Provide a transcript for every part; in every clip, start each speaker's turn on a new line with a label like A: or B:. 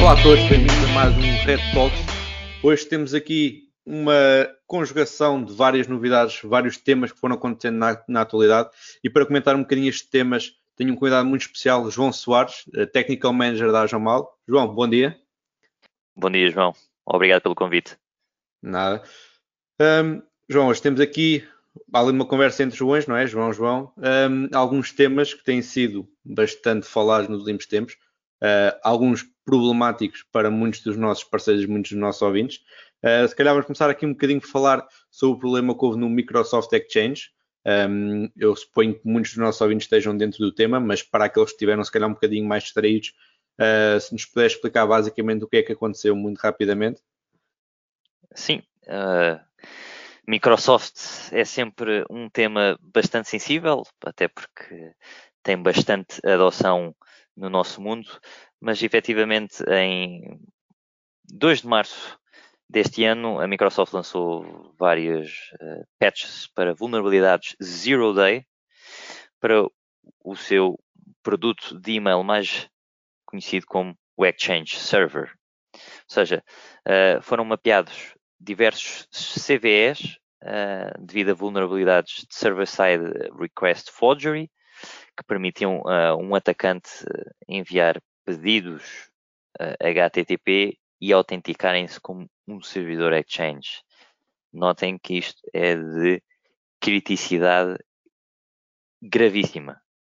A: Olá a todos, bem-vindos a mais um Red Talks. Hoje temos aqui uma conjugação de várias novidades, vários temas que foram acontecendo na atualidade, e para comentar um bocadinho estes temas tenho um convidado muito especial, João Soares, Technical Manager da Ajamal. João, bom dia.
B: Bom dia, João. Obrigado pelo convite.
A: Nada. João, hoje temos aqui, além de uma conversa entre Joões, não é? João, alguns temas que têm sido bastante falados nos últimos tempos, alguns problemáticos para muitos dos nossos parceiros, muitos dos nossos ouvintes. Se calhar vamos começar aqui um bocadinho por falar sobre o problema que houve no Microsoft Exchange. Eu suponho que muitos dos nossos ouvintes estejam dentro do tema, mas para aqueles que estiveram se calhar um bocadinho mais distraídos, se nos puder explicar basicamente o que é que aconteceu muito rapidamente.
B: Sim, Microsoft é sempre um tema bastante sensível, até porque tem bastante adoção no nosso mundo, mas efetivamente em 2 de março deste ano a Microsoft lançou várias patches para vulnerabilidades Zero Day para o seu produto de email mais conhecido como o Exchange Server. Ou seja, foram mapeados diversos CVEs devido a vulnerabilidades de server-side request forgery que permitiam um atacante enviar pedidos HTTP e autenticarem-se como um servidor Exchange. Notem que isto é de criticidade gravíssima.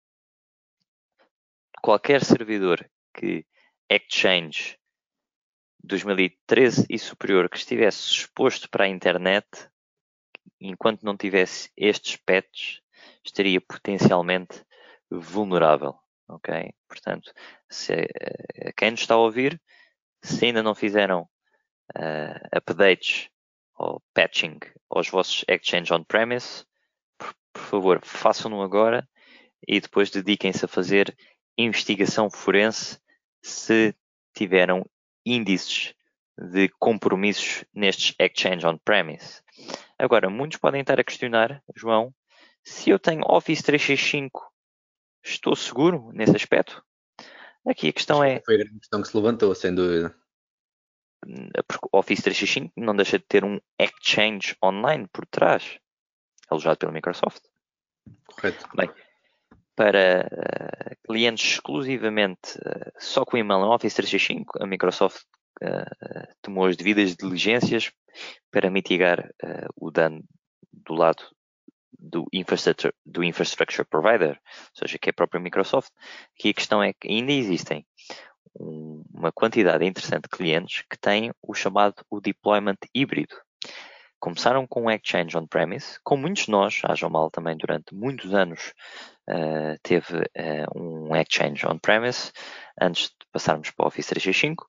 B: Qualquer servidor que Exchange 2013 e superior que estivesse exposto para a internet, enquanto não tivesse estes patches, estaria potencialmente vulnerável. Ok? Portanto, quem nos está a ouvir, se ainda não fizeram updates ou patching aos vossos Exchange on-premise, por favor, façam-no agora e depois dediquem-se a fazer investigação forense se tiveram índices de compromissos nestes Exchange on-premise. Agora, muitos podem estar a questionar, João, se eu tenho Office 365, estou seguro nesse aspecto? Aqui a questão é,
A: Foi a grande questão que se levantou, sem dúvida.
B: porque o Office 365 não deixa de ter um Exchange online por trás, alojado pela Microsoft.
A: Correto.
B: Bem, para clientes exclusivamente só com email no Office 365, a Microsoft tomou as devidas diligências para mitigar o dano do lado do infrastructure provider, ou seja, que é a própria Microsoft. Aqui a questão é que ainda existem uma quantidade interessante de clientes que têm o chamado o deployment híbrido. Começaram com um Exchange on-premise, como muitos de nós, a Ajamal também durante muitos anos teve um Exchange on-premise, antes de passarmos para o Office 365.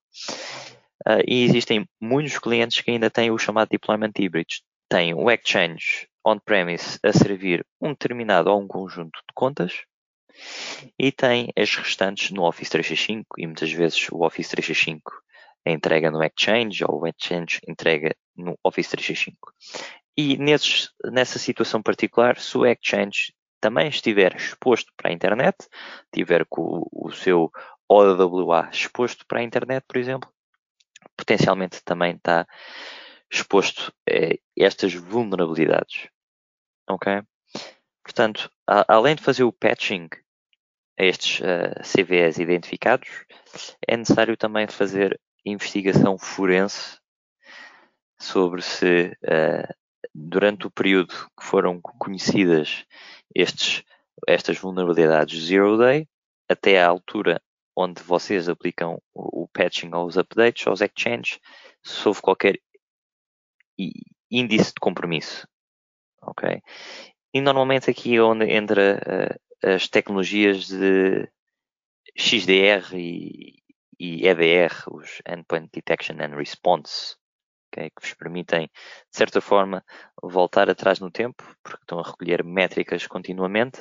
B: E existem muitos clientes que ainda têm o chamado deployment híbrido. Têm o Exchange on-premise a servir um determinado ou um conjunto de contas e têm as restantes no Office 365 e muitas vezes o Office 365 entrega no Exchange ou o Exchange entrega no Office 365. E nessa situação particular, se o Exchange também estiver exposto para a internet, tiver com o seu OWA exposto para a internet, por exemplo, potencialmente também está exposto a estas vulnerabilidades. Ok? Portanto, além de fazer o patching a estes CVEs identificados, é necessário também fazer investigação forense sobre se durante o período que foram conhecidas estas vulnerabilidades Zero Day, até à altura onde vocês aplicam o patching aos updates, aos exchanges, se houve qualquer índice de compromisso. Ok? E normalmente aqui é onde entra as tecnologias de XDR e EDR, os Endpoint Detection and Response, okay, que vos permitem, de certa forma, voltar atrás no tempo, porque estão a recolher métricas continuamente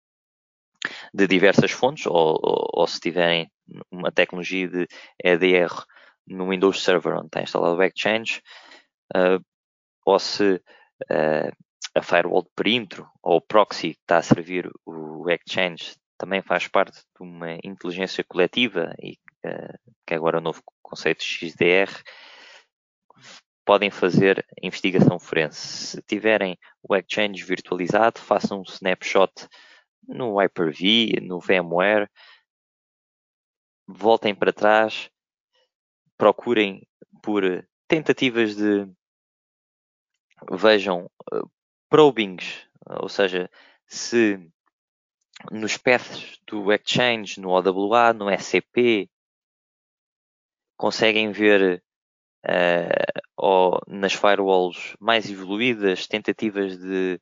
B: de diversas fontes, ou se tiverem uma tecnologia de EDR no Windows Server onde está instalado o Exchange, ou se a firewall de perímetro ou o proxy que está a servir o Exchange também faz parte de uma inteligência coletiva e que agora é o novo conceito XDR, podem fazer investigação forense. Se tiverem o Exchange virtualizado, façam um snapshot no Hyper-V, no VMware, voltem para trás, procurem por tentativas de... Vejam probings, ou seja, se nos paths do Exchange, no OWA, no SCP, conseguem ver ou nas firewalls mais evoluídas tentativas de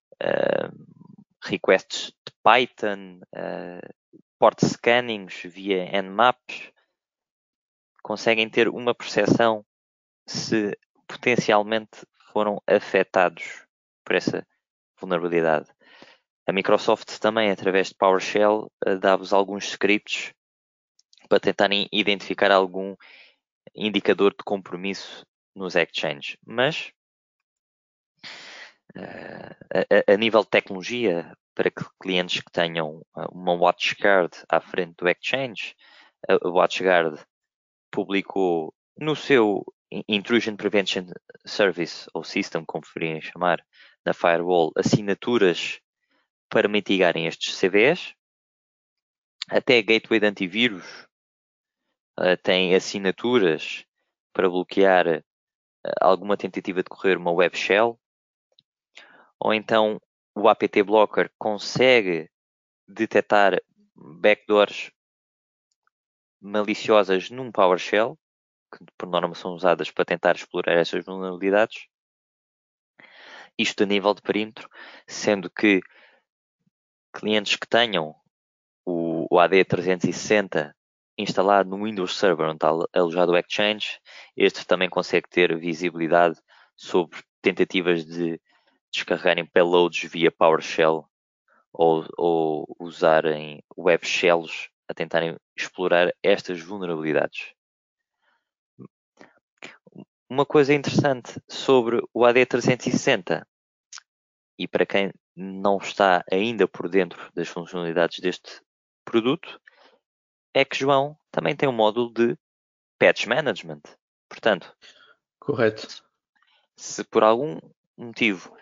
B: requests de Python, port scannings via Nmaps, conseguem ter uma percepção se potencialmente foram afetados por essa vulnerabilidade. A Microsoft também, através de PowerShell, dá-vos alguns scripts para tentarem identificar algum indicador de compromisso nos exchanges. Mas, a nível de tecnologia, para que clientes que tenham uma WatchGuard à frente do exchange, a WatchGuard publicou no seu Intrusion Prevention Service, ou System, como preferirem chamar, na firewall, assinaturas para mitigarem estes CVEs. Até a Gateway de antivírus tem assinaturas para bloquear alguma tentativa de correr uma web shell. Ou então o APT Blocker consegue detectar backdoors maliciosas num PowerShell, que por norma são usadas para tentar explorar essas vulnerabilidades. Isto a nível de perímetro, sendo que clientes que tenham o AD360 instalado no Windows Server onde está alojado o Exchange, este também consegue ter visibilidade sobre tentativas de descarregarem payloads via PowerShell ou usarem web shells a tentarem explorar estas vulnerabilidades. Uma coisa interessante sobre o AD360, e para quem não está ainda por dentro das funcionalidades deste produto, é que João também tem um módulo de patch management. Portanto,
A: Correto.
B: se por algum motivo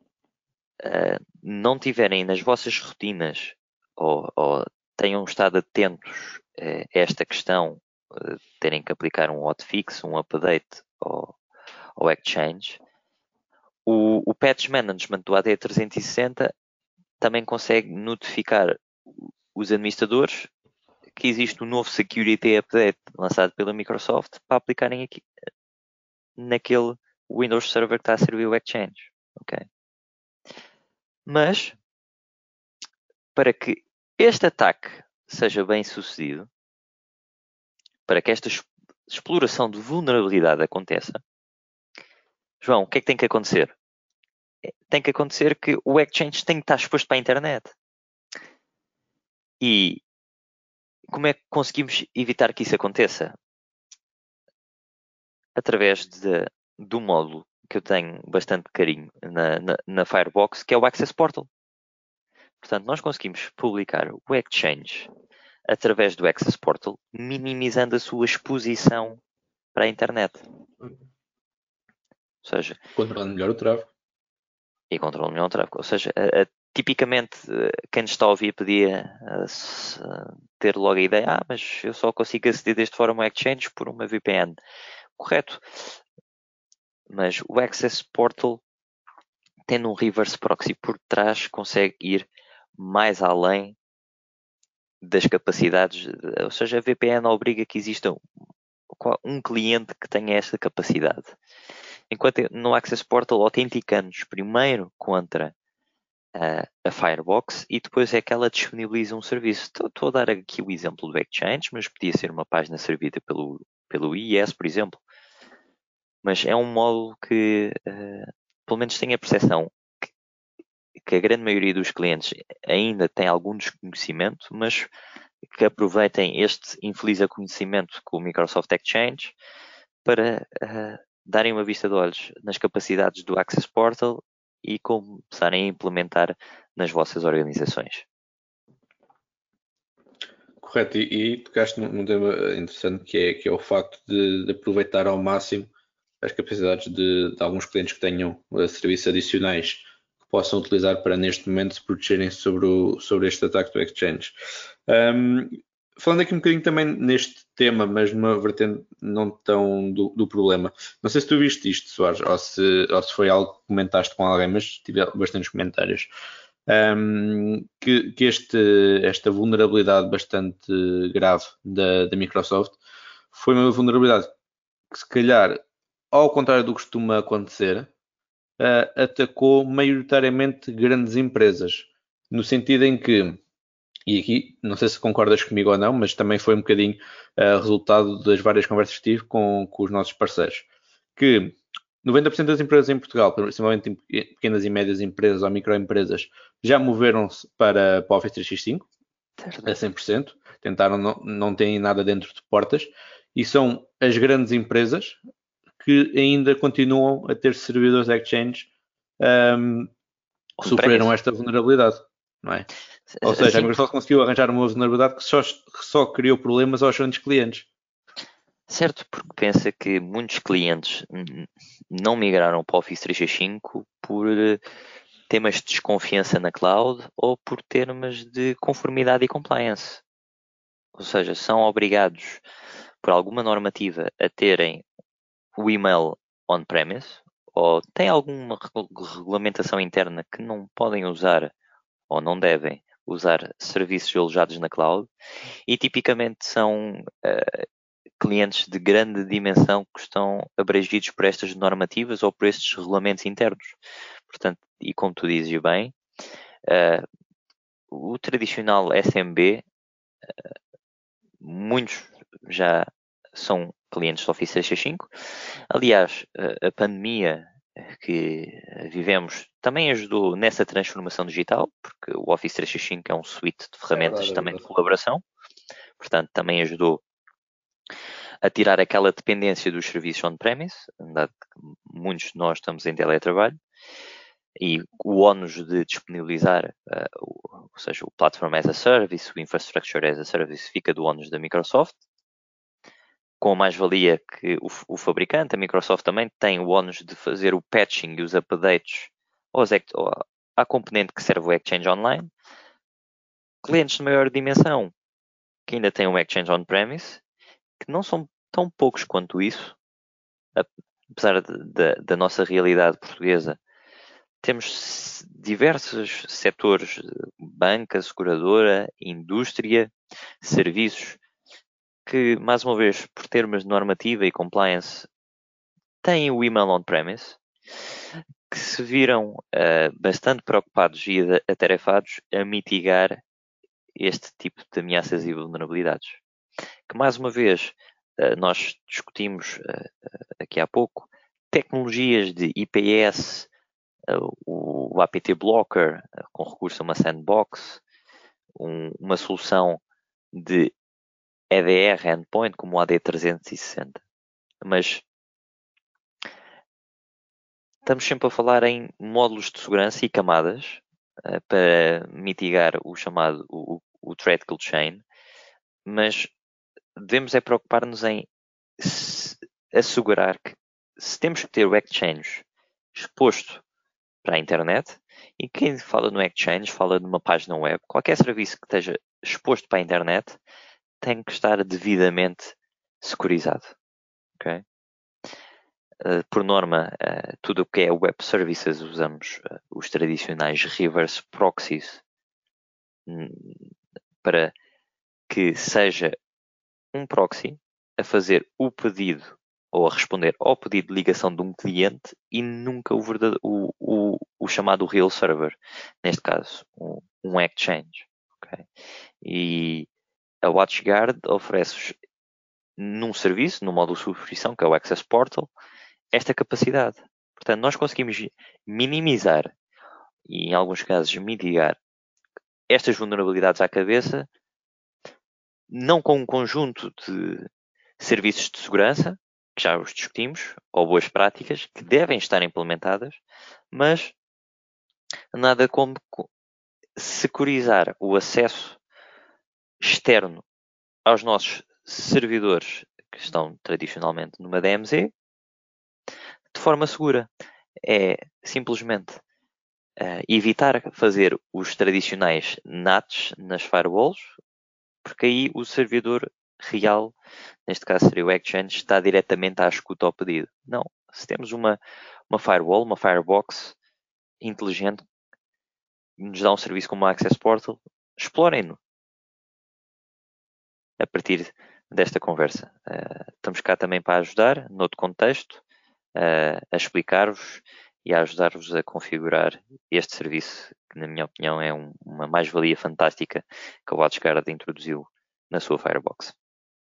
B: não tiverem nas vossas rotinas ou tenham estado atentos a esta questão, terem que aplicar um hotfix, um update ao Exchange, o patch management do AD360 também consegue notificar os administradores que existe um novo security update lançado pela Microsoft para aplicarem aqui naquele Windows Server que está a servir o Exchange. Okay? Mas, para que este ataque seja bem sucedido, para que esta exploração de vulnerabilidade aconteça, João, o que é que tem que acontecer? Tem que acontecer que o Exchange tem que estar exposto para a internet. E como é que conseguimos evitar que isso aconteça? Através do módulo que eu tenho bastante carinho na Firebox, que é o Access Portal. Portanto, nós conseguimos publicar o Exchange através do Access Portal, minimizando a sua exposição para a internet. Ou seja,
A: controlando melhor o tráfego.
B: E controlando melhor o tráfego. Ou seja, tipicamente, quem nos está a ouvir podia ter logo a ideia, mas eu só consigo aceder deste forma ao Exchange por uma VPN. Correto. Mas o Access Portal, tendo um reverse proxy por trás, consegue ir mais além das capacidades, ou seja, a VPN obriga que exista um cliente que tenha esta capacidade. Enquanto no Access Portal autenticamos primeiro contra a Firebox e depois é que ela disponibiliza um serviço. Estou a dar aqui o exemplo do Exchange, mas podia ser uma página servida pelo IIS, por exemplo. Mas é um módulo que, pelo menos, tem a percepção que a grande maioria dos clientes ainda tem algum desconhecimento, mas que aproveitem este infeliz conhecimento com o Microsoft Exchange para darem uma vista de olhos nas capacidades do Access Portal e começarem a implementar nas vossas organizações.
A: Correto, e tocaste num tema interessante que é o facto de aproveitar ao máximo as capacidades de alguns clientes que tenham serviços adicionais que possam utilizar para neste momento se protegerem sobre este ataque do exchange. Falando aqui um bocadinho também neste tema, mas numa vertente não tão do problema. Não sei se tu viste isto, Soares, ou se foi algo que comentaste com alguém, mas tive bastantes comentários. Que esta vulnerabilidade bastante grave da Microsoft foi uma vulnerabilidade que, se calhar, ao contrário do que costuma acontecer, atacou maioritariamente grandes empresas, no sentido em que, e aqui não sei se concordas comigo ou não, mas também foi um bocadinho resultado das várias conversas que tive com os nossos parceiros, que 90% das empresas em Portugal, principalmente pequenas e médias empresas ou microempresas, já moveram-se para o Office 365 a 100%, tentaram, não têm nada dentro de portas, e são as grandes empresas que ainda continuam a ter servidores Exchange que sofreram esta vulnerabilidade, não é? Ou seja, a Microsoft conseguiu arranjar uma vulnerabilidade que só criou problemas aos grandes clientes.
B: Certo, porque pensa que muitos clientes não migraram para o Office 365 por temas de desconfiança na cloud ou por termos de conformidade e compliance. Ou seja, são obrigados por alguma normativa a terem o email on-premise ou têm alguma regulamentação interna que não podem usar ou não devem usar serviços alojados na cloud e tipicamente são clientes de grande dimensão que estão abrangidos por estas normativas ou por estes regulamentos internos. Portanto, e como tu dizes bem, o tradicional SMB, muitos já são clientes do Office 365. Aliás, a pandemia que vivemos também ajudou nessa transformação digital, porque o Office 365 é um suite de ferramentas também de colaboração. Portanto, também ajudou a tirar aquela dependência dos serviços on-premise, dado que muitos de nós estamos em teletrabalho, e o ónus de disponibilizar, ou seja, o Platform as a Service, o Infrastructure as a Service, fica do ónus da Microsoft, com a mais-valia que o fabricante, a Microsoft, também tem o ónus de fazer o patching e os updates à componente que serve o Exchange Online. Clientes de maior dimensão que ainda têm um Exchange on-premise, que não são tão poucos quanto isso, apesar da nossa realidade portuguesa. Temos diversos setores, banca, seguradora, indústria, serviços, que, mais uma vez, por termos de normativa e compliance, têm o email on-premise, que se viram bastante preocupados e atarefados a mitigar este tipo de ameaças e vulnerabilidades. Que, mais uma vez, nós discutimos aqui há pouco, tecnologias de IPS, o APT Blocker, com recurso a uma sandbox, uma solução de EDR endpoint como o AD360. Mas estamos sempre a falar em módulos de segurança e camadas para mitigar o chamado o threat kill chain, mas devemos é preocupar-nos em assegurar que se temos que ter o Exchange exposto para a internet, e quem fala no Exchange fala numa página web, qualquer serviço que esteja exposto para a internet tem que estar devidamente securizado. Okay? Por norma, tudo o que é web services usamos os tradicionais reverse proxies para que seja um proxy a fazer o pedido ou a responder ao pedido de ligação de um cliente e nunca o chamado real server, neste caso, um exchange. Okay? E a WatchGuard oferece num serviço, no módulo de subscrição, que é o Access Portal, esta capacidade. Portanto, nós conseguimos minimizar e, em alguns casos, mitigar estas vulnerabilidades à cabeça, não com um conjunto de serviços de segurança, que já os discutimos, ou boas práticas, que devem estar implementadas, mas nada como securizar o acesso externo aos nossos servidores que estão tradicionalmente numa DMZ de forma segura. É simplesmente evitar fazer os tradicionais NATs nas firewalls, porque aí o servidor real, neste caso seria o Exchange, está diretamente à escuta ao pedido. Não, se temos uma firewall, uma firebox inteligente, que nos dá um serviço como o Access Portal, explorem-no a partir desta conversa. Estamos cá também para ajudar, noutro contexto, a explicar-vos e a ajudar-vos a configurar este serviço, que na minha opinião é uma mais-valia fantástica que a WatchGuard introduziu na sua Firebox.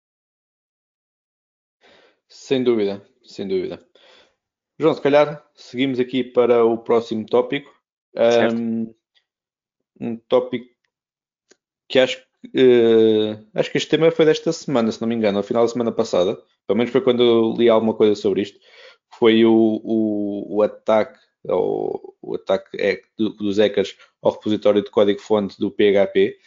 A: Sem dúvida, sem dúvida. João, se calhar seguimos aqui para o próximo tópico.
B: Certo?
A: Um tópico que acho que este tema foi desta semana, se não me engano, ao final da semana passada. Pelo menos foi quando eu li alguma coisa sobre isto. Foi o ataque, o ataque dos hackers ao repositório de código-fonte do PHP.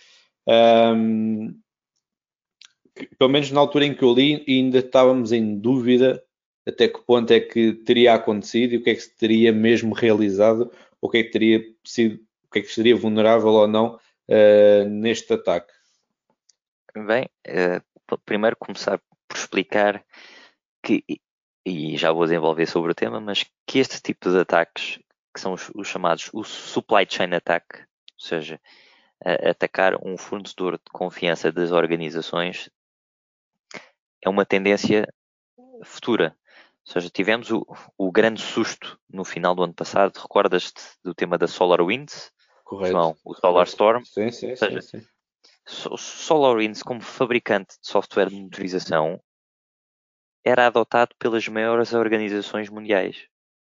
A: Pelo menos na altura em que eu li, ainda estávamos em dúvida até que ponto é que teria acontecido e o que é que se teria mesmo realizado, ou o que é que teria sido, o que é que seria vulnerável ou não neste ataque.
B: Bem, primeiro começar por explicar que, e já vou desenvolver sobre o tema, mas que este tipo de ataques, que são os chamados o supply chain attack, ou seja, atacar um fornecedor de confiança das organizações, é uma tendência futura. Ou seja, tivemos o grande susto no final do ano passado. Recordas-te do tema da SolarWinds?
A: Correto.
B: João, o SolarStorm?
A: Sim,
B: Ou seja, SolarWinds, como fabricante de software de monitorização, era adotado pelas maiores organizações mundiais.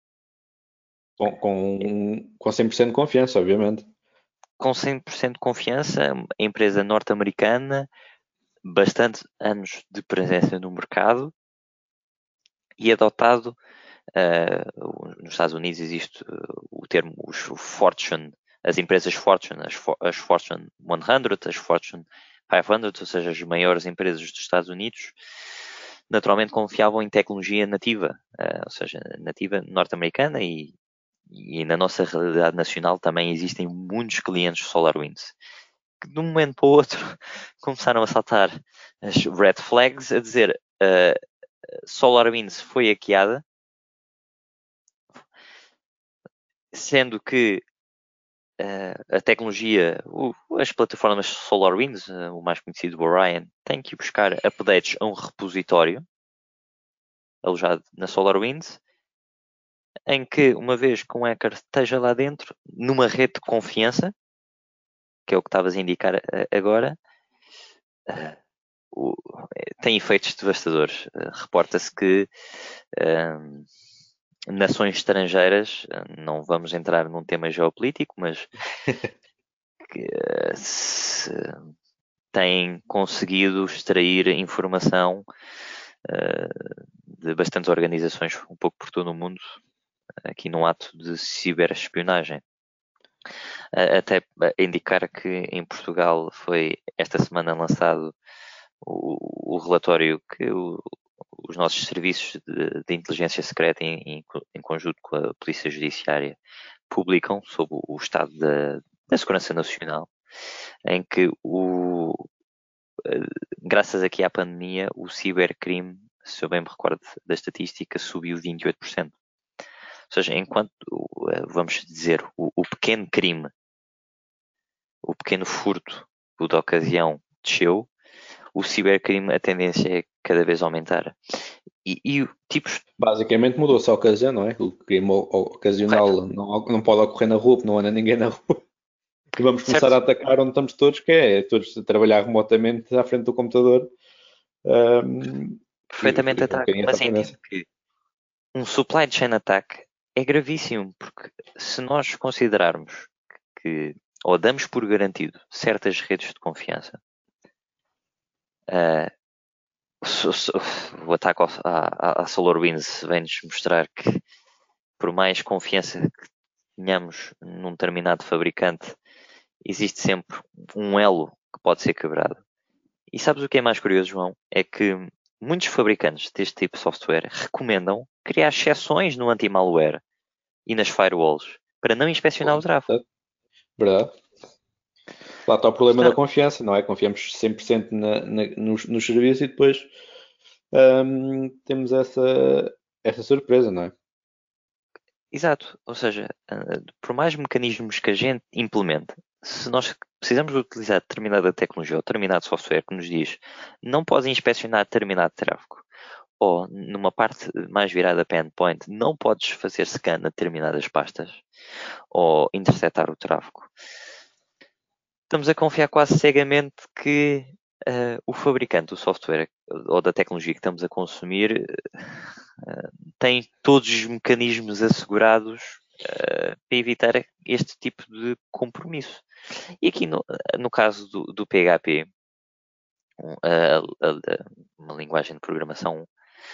A: Com 100% de confiança, obviamente.
B: Com 100% de confiança, a empresa norte-americana, bastante anos de presença no mercado e adotado. Nos Estados Unidos existe o termo os Fortune, as empresas Fortune, as Fortune 100, as Fortune 500, ou seja, as maiores empresas dos Estados Unidos, naturalmente confiavam em tecnologia nativa, ou seja, nativa norte-americana e na nossa realidade nacional também existem muitos clientes SolarWinds que de um momento para o outro começaram a saltar as red flags a dizer SolarWinds foi hackeada, sendo que a tecnologia, as plataformas SolarWinds, o mais conhecido, o Orion, tem que ir buscar updates a um repositório alojado na SolarWinds, em que, uma vez que um hacker esteja lá dentro, numa rede de confiança, que é o que estavas a indicar agora, tem efeitos devastadores. Reporta-se que nações estrangeiras, não vamos entrar num tema geopolítico, mas que têm conseguido extrair informação de bastantes organizações um pouco por todo o mundo, aqui num ato de ciberespionagem. Até indicar que em Portugal foi esta semana lançado o relatório que os nossos serviços de inteligência secreta em conjunto com a Polícia Judiciária publicam sobre o estado da segurança nacional, em que graças aqui à pandemia o cibercrime, se eu bem me recordo da estatística, subiu 28%. Ou seja, enquanto, vamos dizer, o pequeno crime, o pequeno furto, o de ocasião, desceu, o cibercrime, a tendência é cada vez aumentar. E tipos...
A: Basicamente mudou-se a ocasião, não é? O crime ocasional não pode ocorrer na rua, porque não anda ninguém na rua. E vamos começar a atacar onde estamos todos, que é todos a trabalhar remotamente à frente do computador.
B: Perfeitamente ataque, mas
A: entendo
B: que um supply chain attack é gravíssimo, porque se nós considerarmos que, ou damos por garantido, certas redes de confiança, o ataque à SolarWinds vem-nos mostrar que, por mais confiança que tenhamos num determinado fabricante, existe sempre um elo que pode ser quebrado. E sabes o que é mais curioso, João? É que muitos fabricantes deste tipo de software recomendam criar exceções no anti-malware e nas firewalls para não inspecionar o tráfego.
A: Verdade. Lá está o problema da
B: Portanto,
A: confiança, não é? Confiamos 100% nos serviços e depois temos essa surpresa, não é?
B: exato. Ou seja, por mais mecanismos que a gente implemente, se nós precisamos de utilizar determinada tecnologia ou determinado software que nos diz não podem inspecionar determinado tráfego, ou numa parte mais virada para endpoint, não podes fazer scan a determinadas pastas ou interceptar o tráfego. Estamos a confiar quase cegamente que o fabricante do software ou da tecnologia que estamos a consumir tem todos os mecanismos assegurados para evitar este tipo de compromisso. E aqui no caso do PHP, uma linguagem de programação,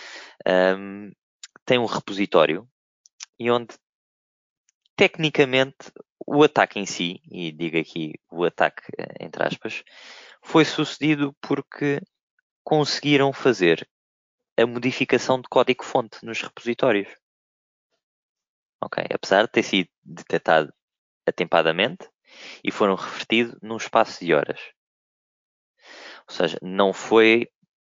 B: tem um repositório e onde tecnicamente o ataque em si, e digo aqui o ataque entre aspas, foi sucedido porque conseguiram fazer a modificação de código-fonte nos repositórios. Ok? Apesar de ter sido detectado atempadamente e foram revertidos num espaço de horas. Ou seja, não foi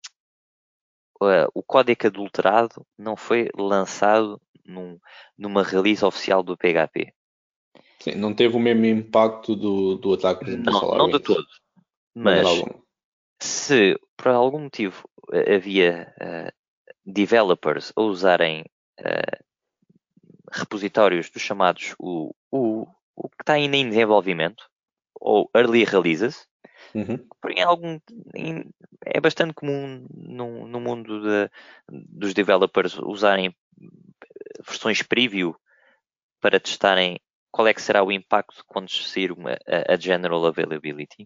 B: o código adulterado não foi lançado numa release oficial do PHP.
A: Sim, não teve o mesmo impacto do ataque, por exemplo, do
B: Não de
A: SolarWinds,
B: todo.
A: de maneira
B: Mas
A: alguma.
B: se por algum motivo havia developers a usarem repositórios dos chamados o que está ainda em desenvolvimento, ou early releases,
A: Uhum.
B: porém é bastante comum no mundo dos developers usarem versões preview para testarem qual é que será o impacto quando sair a general availability.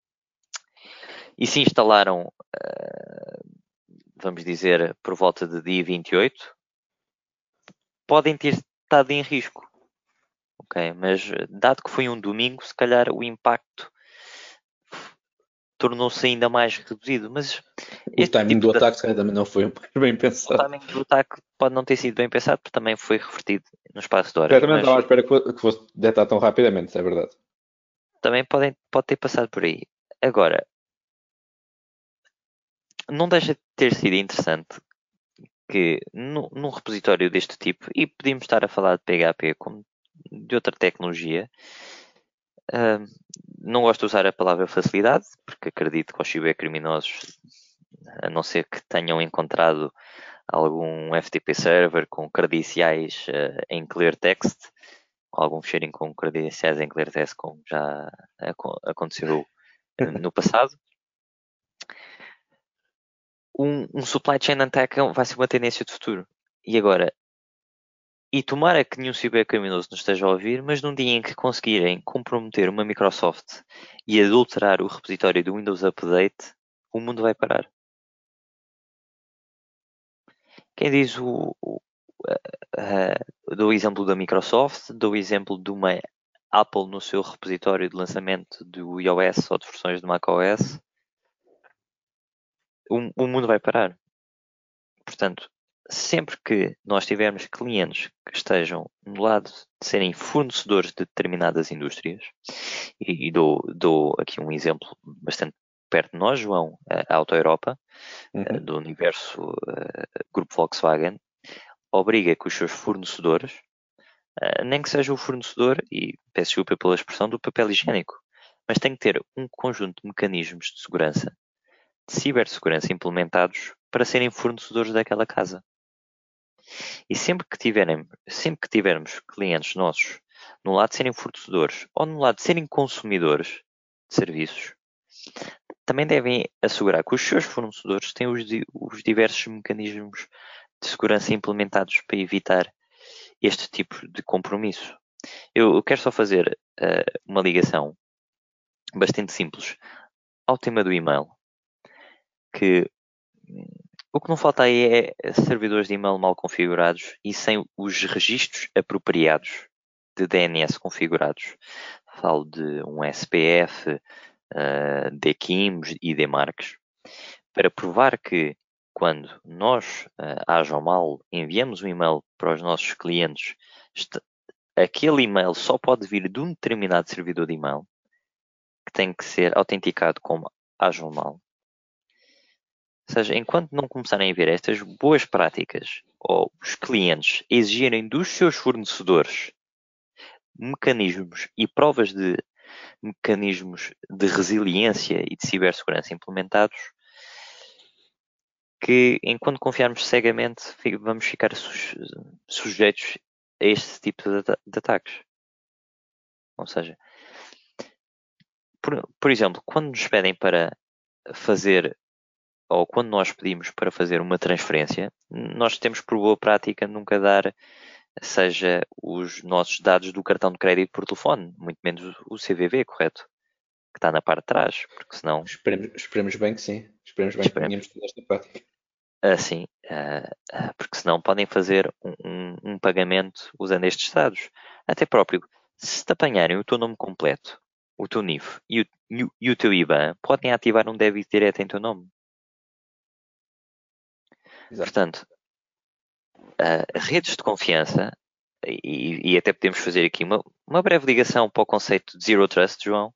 B: E se instalaram, vamos dizer, por volta de dia 28, podem ter estado em risco. Ok, mas dado que foi um domingo, se calhar o impacto tornou-se ainda mais reduzido. Mas
A: O
B: este
A: timing
B: tipo
A: do
B: de
A: ataque, se calhar, também não foi bem
B: o
A: pensado.
B: timing do ataque pode não ter sido bem pensado, porque também foi revertido no espaço de horas.
A: Eu também não
B: Mas
A: estava à espera que fosse detectar tão rapidamente, isso é verdade.
B: também pode ter passado por aí. Agora, não deixa de ter sido interessante que num repositório deste tipo, e podíamos estar a falar de PHP como de outra tecnologia, não gosto de usar a palavra facilidade, porque acredito que os cibercriminosos, a não ser que tenham encontrado algum FTP server com credenciais em clear text, ou algum sharing com credenciais em clear text, como já aconteceu no passado. Um supply chain attack vai ser uma tendência de futuro. E agora, e tomara que nenhum cibercriminoso nos esteja a ouvir, mas num dia em que conseguirem comprometer uma Microsoft e adulterar o repositório do Windows Update, o mundo vai parar. Quem diz dou o exemplo da Microsoft, dou o exemplo de uma Apple no seu repositório de lançamento do iOS ou de versões do macOS, o mundo vai parar. Portanto, sempre que nós tivermos clientes que estejam no lado de serem fornecedores de determinadas indústrias, e dou aqui um exemplo bastante perto de nós, João, a Auto Europa,
A: Uhum.
B: do universo Grupo Volkswagen, obriga que os seus fornecedores, nem que seja o fornecedor, e peço desculpa pela expressão, do papel higiênico, mas tem que ter um conjunto de mecanismos de segurança, de cibersegurança implementados para serem fornecedores daquela casa. E sempre que tivermos clientes nossos no lado de serem fornecedores ou no lado de serem consumidores de serviços, também devem assegurar que os seus fornecedores têm os diversos mecanismos de segurança implementados para evitar este tipo de compromisso. Eu quero só fazer uma ligação bastante simples ao tema do e-mail, que o que não falta aí é servidores de e-mail mal configurados e sem os registros apropriados de DNS configurados. Falo de um SPF, DKIMs e DMARCs. para provar que quando nós, haja o mal, enviamos um e-mail para os nossos clientes, aquele e-mail só pode vir de um determinado servidor de e-mail, que tem que ser autenticado como haja o mal. Ou seja, enquanto não começarem a ver estas boas práticas, ou os clientes exigirem dos seus fornecedores mecanismos e provas de mecanismos de resiliência e de cibersegurança implementados, que enquanto confiarmos cegamente, vamos ficar sujeitos a este tipo de ataques. Ou seja, por exemplo, quando nos pedem para fazer, ou quando nós pedimos para fazer uma transferência, nós temos por boa prática nunca dar, seja os nossos dados do cartão de crédito por telefone, muito menos o CVV, correto? Que está na parte de trás, porque senão...
A: Esperemos bem que sim. Esperemos bem que tenhamos toda esta prática.
B: Assim, porque senão podem fazer um pagamento usando estes dados. Até próprio, se te apanharem o teu nome completo, o teu NIF e o teu IBAN, podem ativar um débito direto em teu nome.
A: Exato.
B: Portanto, redes de confiança, e até podemos fazer aqui uma breve ligação para o conceito de Zero Trust, João.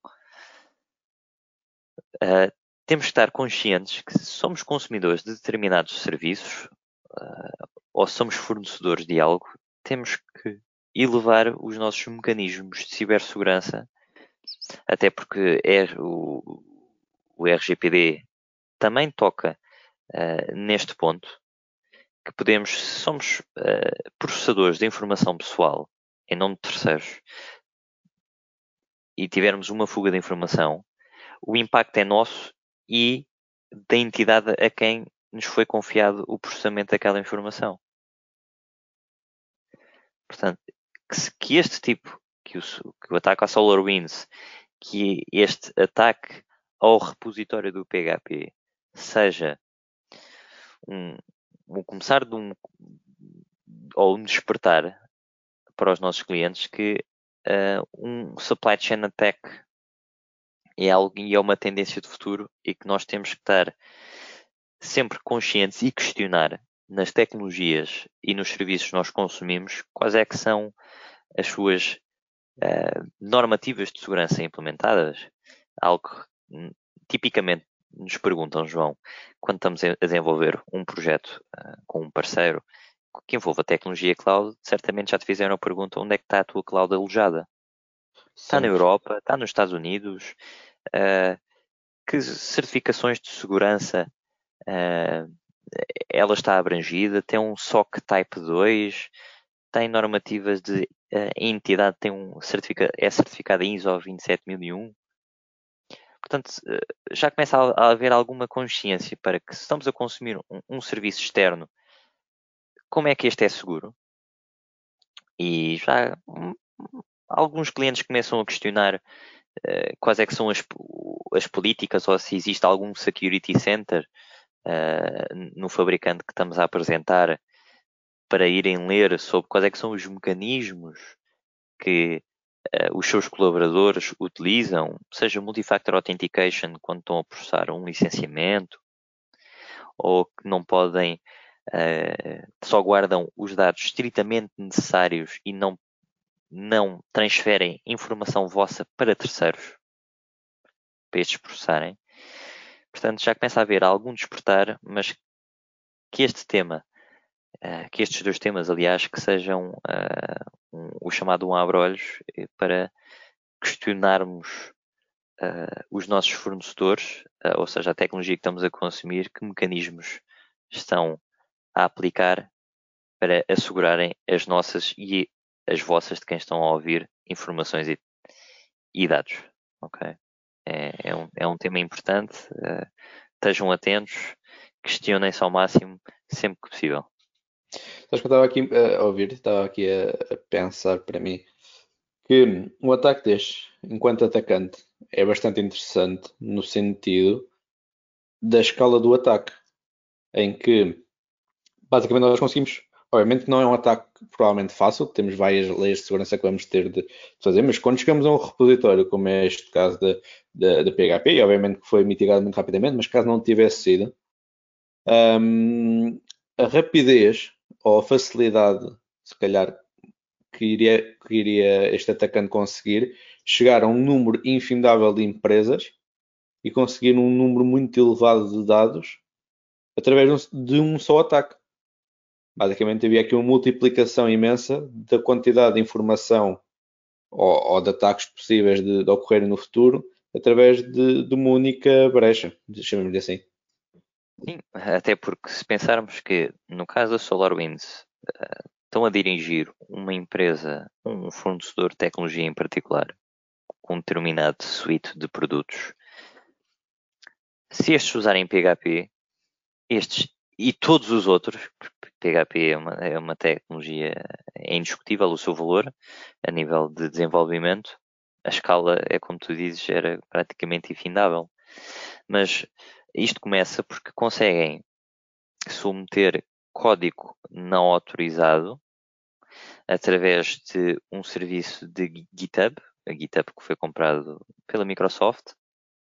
B: Temos que estar conscientes que se somos consumidores de determinados serviços ou somos fornecedores de algo, temos que elevar os nossos mecanismos de cibersegurança, até porque o RGPD também toca neste ponto, que somos processadores de informação pessoal em nome de terceiros e tivermos uma fuga de informação, o impacto é nosso e da entidade a quem nos foi confiado o processamento daquela informação. Portanto, que este tipo, que o ataque à SolarWinds, que este ataque ao repositório do PHP seja um começar ou um despertar para os nossos clientes que um supply chain attack é algo e é uma tendência de futuro e que nós temos que estar sempre conscientes e questionar nas tecnologias e nos serviços que nós consumimos quais é que são as suas normativas de segurança implementadas. Algo que tipicamente nos perguntam, João, quando estamos a desenvolver um projeto com um parceiro que envolva tecnologia cloud, certamente já te fizeram a pergunta: onde é que está a tua cloud alojada? Está na Europa? Está nos Estados Unidos? Que certificações de segurança ela está abrangida? Tem um SOC Type 2? Tem normativas de a entidade é certificada ISO 27001? Portanto, já começa a haver alguma consciência para que, se estamos a consumir um serviço externo, como é que este é seguro? E já alguns clientes começam a questionar quais é que são as políticas ou se existe algum security center no fabricante que estamos a apresentar para irem ler sobre quais é que são os mecanismos que os seus colaboradores utilizam, seja Multi-Factor Authentication quando estão a processar um licenciamento, ou que não podem, só guardam os dados estritamente necessários e não transferem informação vossa para terceiros, para estes processarem. Portanto, já começa a haver algum despertar, mas que este tema, que estes dois temas, aliás, que sejam o chamado um abre-olhos para questionarmos os nossos fornecedores, ou seja, a tecnologia que estamos a consumir, que mecanismos estão a aplicar para assegurarem as nossas e as vossas, de quem estão a ouvir, informações e dados. Ok? É um tema importante. Estejam atentos, questionem-se ao máximo, sempre que possível.
A: Acho que eu estava aqui a ouvir, estava aqui a pensar para mim que um ataque deste, enquanto atacante, é bastante interessante no sentido da escala do ataque, em que basicamente nós conseguimos, obviamente que não é um ataque provavelmente fácil, temos várias leis de segurança que vamos ter de fazer, mas quando chegamos a um repositório, como é este caso da PHP, e obviamente que foi mitigado muito rapidamente, mas caso não tivesse sido, A rapidez ou a facilidade, se calhar, que iria este atacante conseguir chegar a um número infindável de empresas e conseguir um número muito elevado de dados através de um só ataque. Basicamente havia aqui uma multiplicação imensa da quantidade de informação ou de ataques possíveis de ocorrerem no futuro através de uma única brecha, chamemos-lhe assim.
B: Sim, até porque se pensarmos que no caso da SolarWinds estão a dirigir uma empresa, um fornecedor de tecnologia em particular, com um determinado suite de produtos, se estes usarem PHP, estes e todos os outros, PHP é uma tecnologia, é indiscutível o seu valor a nível de desenvolvimento, a escala é como tu dizes, era praticamente infindável. Mas isto começa porque conseguem submeter código não autorizado através de um serviço de GitHub, a GitHub que foi comprado pela Microsoft.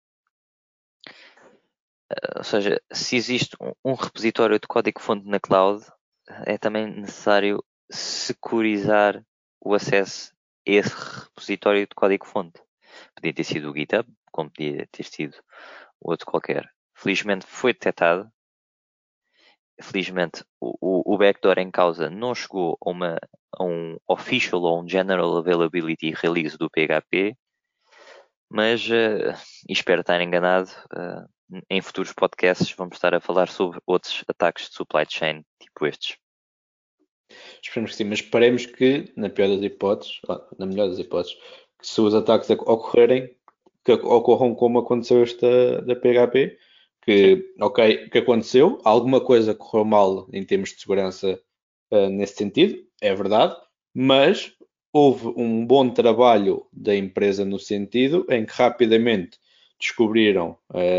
B: Ou seja, se existe um repositório de código-fonte na cloud, é também necessário securizar o acesso a esse repositório de código-fonte. Podia ter sido o GitHub, como podia ter sido outro qualquer. Felizmente foi detectado. Felizmente o backdoor em causa não chegou a um official ou um general availability release do PHP, mas espero estar enganado. Em futuros podcasts vamos estar a falar sobre outros ataques de supply chain, tipo estes.
A: Esperemos que sim, mas esperemos que, na pior das hipóteses, na melhor das hipóteses, que se os ataques ocorrerem, que ocorram como aconteceu esta da PHP, que, ok, que aconteceu, alguma coisa correu mal em termos de segurança nesse sentido, é verdade, mas houve um bom trabalho da empresa no sentido em que rapidamente descobriram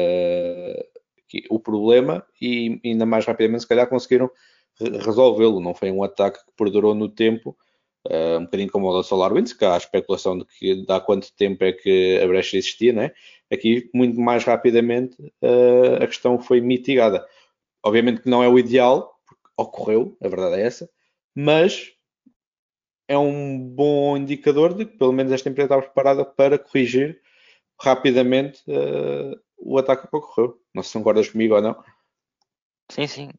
A: o problema e ainda mais rapidamente, se calhar, conseguiram resolvê-lo. Não foi um ataque que perdurou no tempo, um bocadinho como o da SolarWinds, que há a especulação de que há quanto tempo é que a brecha existia, né? Aqui, muito mais rapidamente, a questão foi mitigada. Obviamente que não é o ideal, porque ocorreu, a verdade é essa, mas é um bom indicador de que pelo menos esta empresa está preparada para corrigir rapidamente o ataque que ocorreu. Não sei se concordas comigo ou não.
B: Sim, sim.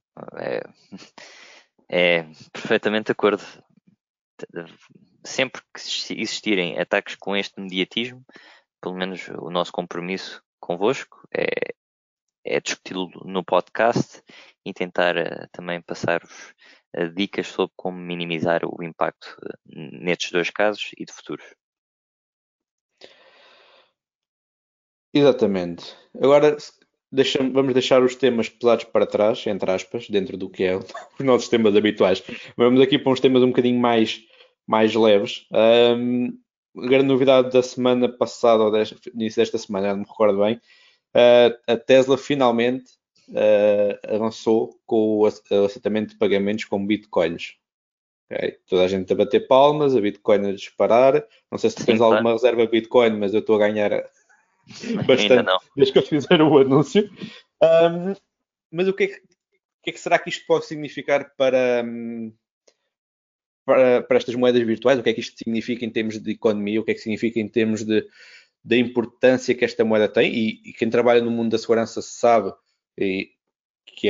B: É perfeitamente de acordo. Sempre que existirem ataques com este mediatismo, pelo menos o nosso compromisso convosco é discuti-lo no podcast e tentar também passar-vos dicas sobre como minimizar o impacto nestes dois casos e de futuros.
A: Exatamente. Agora vamos deixar os temas pesados para trás, entre aspas, dentro do que é os nossos temas habituais. Vamos aqui para uns temas um bocadinho mais leves. A grande novidade da semana passada, ou início desta semana, não me recordo bem, a Tesla finalmente avançou com o aceitamento de pagamentos com bitcoins. Okay? Toda a gente a bater palmas, a Bitcoin a disparar. Não sei se tu
B: Sim,
A: tens
B: claro.
A: alguma reserva Bitcoin, mas eu estou a ganhar
B: Ainda
A: bastante
B: não.
A: desde que eles fizeram o anúncio. Mas o que é que será que isto pode significar para estas moedas virtuais? O que é que isto significa em termos de economia? O que é que significa em termos da importância que esta moeda tem? E quem trabalha no mundo da segurança sabe que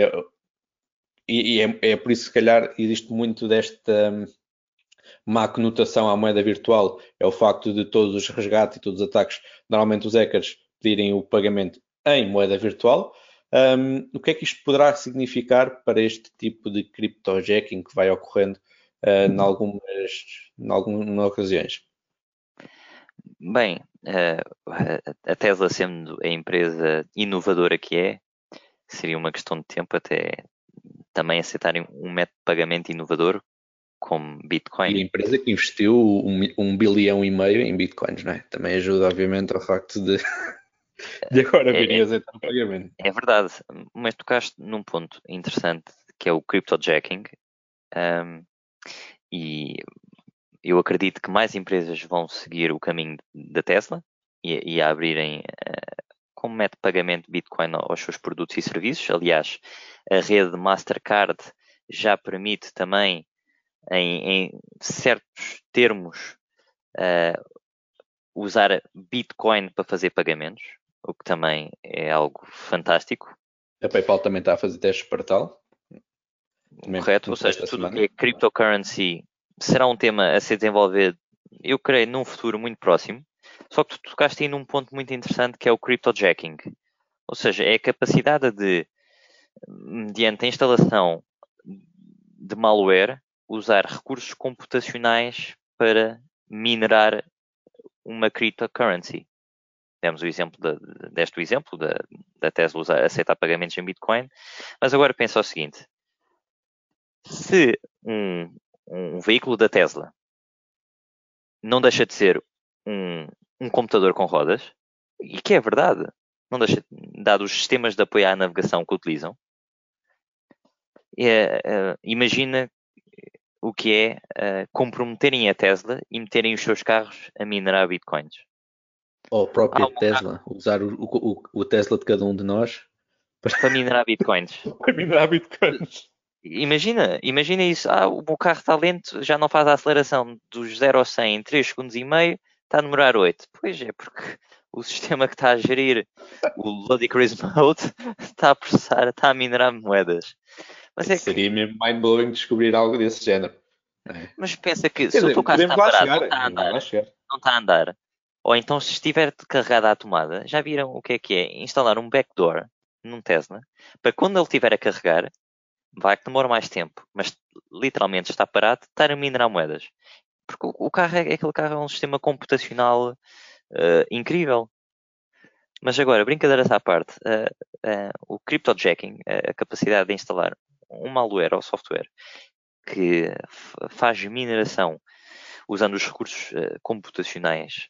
A: é por isso, se calhar, existe muito desta má conotação à moeda virtual. É o facto de todos os resgates e todos os ataques, normalmente os hackers pedirem o pagamento em moeda virtual. O que é que isto poderá significar para este tipo de cryptojacking que vai ocorrendo em algumas ocasiões?
B: Bem, a Tesla sendo a empresa inovadora que é, seria uma questão de tempo até também aceitarem um método de pagamento inovador como
A: E a
B: Bitcoin.
A: empresa que investiu 1,5 bilhão em bitcoins, não é? Também ajuda, obviamente, ao facto de agora
B: É,
A: virem a aceitar o pagamento.
B: é verdade, mas tocaste num ponto interessante que é o cryptojacking, um, e eu acredito que mais empresas vão seguir o caminho da Tesla e a abrirem como método de pagamento de Bitcoin aos seus produtos e serviços. Aliás, a rede Mastercard já permite também, em certos termos, usar Bitcoin para fazer pagamentos, o que também é algo fantástico.
A: A PayPal também está a fazer testes para tal.
B: Correto, ou seja, tudo o que é cryptocurrency será um tema a ser desenvolvido, eu creio, num futuro muito próximo. Só que tu tocaste aí num ponto muito interessante, que é o cryptojacking. Ou seja, é a capacidade de, mediante a instalação de malware, usar recursos computacionais para minerar uma cryptocurrency. Demos o exemplo da Tesla aceitar pagamentos em Bitcoin. Mas agora pensa o seguinte: se um veículo da Tesla não deixa de ser um computador com rodas, e que é verdade, não deixa, dado os sistemas de apoio à navegação que utilizam, imagina o que é comprometerem a Tesla e meterem os seus carros a minerar bitcoins.
A: Ou a própria Tesla, usar o Tesla de cada um de nós
B: para minerar bitcoins.
A: Para minerar bitcoins.
B: Imagina isso. O meu carro está lento, já não faz a aceleração dos 0 ao 100 em 3 segundos e meio, está a demorar 8. Pois é, porque o sistema que está a gerir o Ludicrous Mode está a processar, está a minerar moedas. Mas
A: seria mesmo mind-blowing descobrir algo desse género.
B: Mas pensa que se o teu carro está parado, não está a andar, ou então se estiver carregado à tomada, já viram o que é instalar um backdoor num Tesla, para quando ele estiver a carregar, vai que demora mais tempo, mas literalmente está parado, estar a minerar moedas. Porque o carro aquele carro é um sistema computacional incrível. Mas agora, brincadeiras à parte, o cryptojacking, a capacidade de instalar um malware ou software que faz mineração usando os recursos computacionais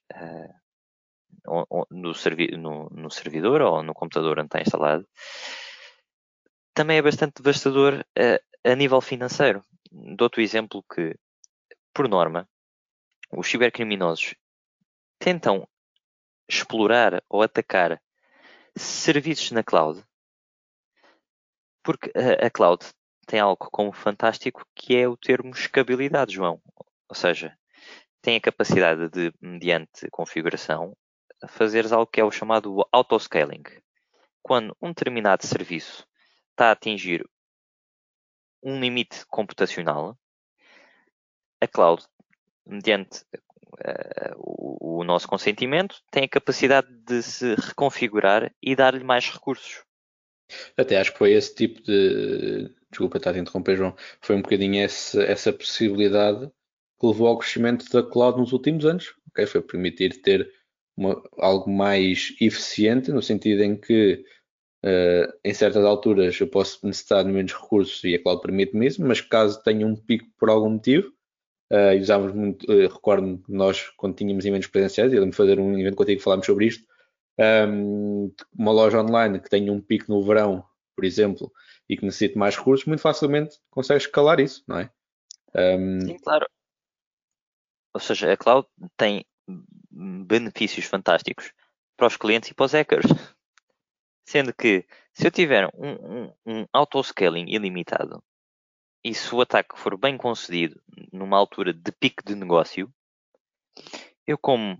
B: no servidor ou no computador onde está instalado, também é bastante devastador a nível financeiro. Dou-te o exemplo que, por norma, os cibercriminosos tentam explorar ou atacar serviços na cloud, porque a cloud tem algo como fantástico que é o termo escalabilidade, João. Ou seja, tem a capacidade de, mediante configuração, fazeres algo que é o chamado autoscaling. Quando um determinado serviço está a atingir um limite computacional, a cloud, mediante o nosso consentimento, tem a capacidade de se reconfigurar e dar-lhe mais recursos.
A: Até acho que foi esse tipo de. Desculpa estar a interromper, João. Foi um bocadinho essa possibilidade que levou ao crescimento da cloud nos últimos anos. Okay? Foi permitir ter algo mais eficiente, no sentido em que em certas alturas eu posso necessitar de menos recursos e a cloud permite-me isso, mas caso tenha um pico por algum motivo, e usávamos muito, recordo-me que nós, quando tínhamos eventos presenciais, eu lembro de fazer um evento contigo e falámos sobre isto, uma loja online que tenha um pico no verão, por exemplo, e que necessite mais recursos, muito facilmente consegue escalar isso, não é?
B: Sim, claro. Ou seja, a cloud tem benefícios fantásticos para os clientes e para os hackers. Sendo que, se eu tiver um autoscaling ilimitado, e se o ataque for bem concedido numa altura de pico de negócio, eu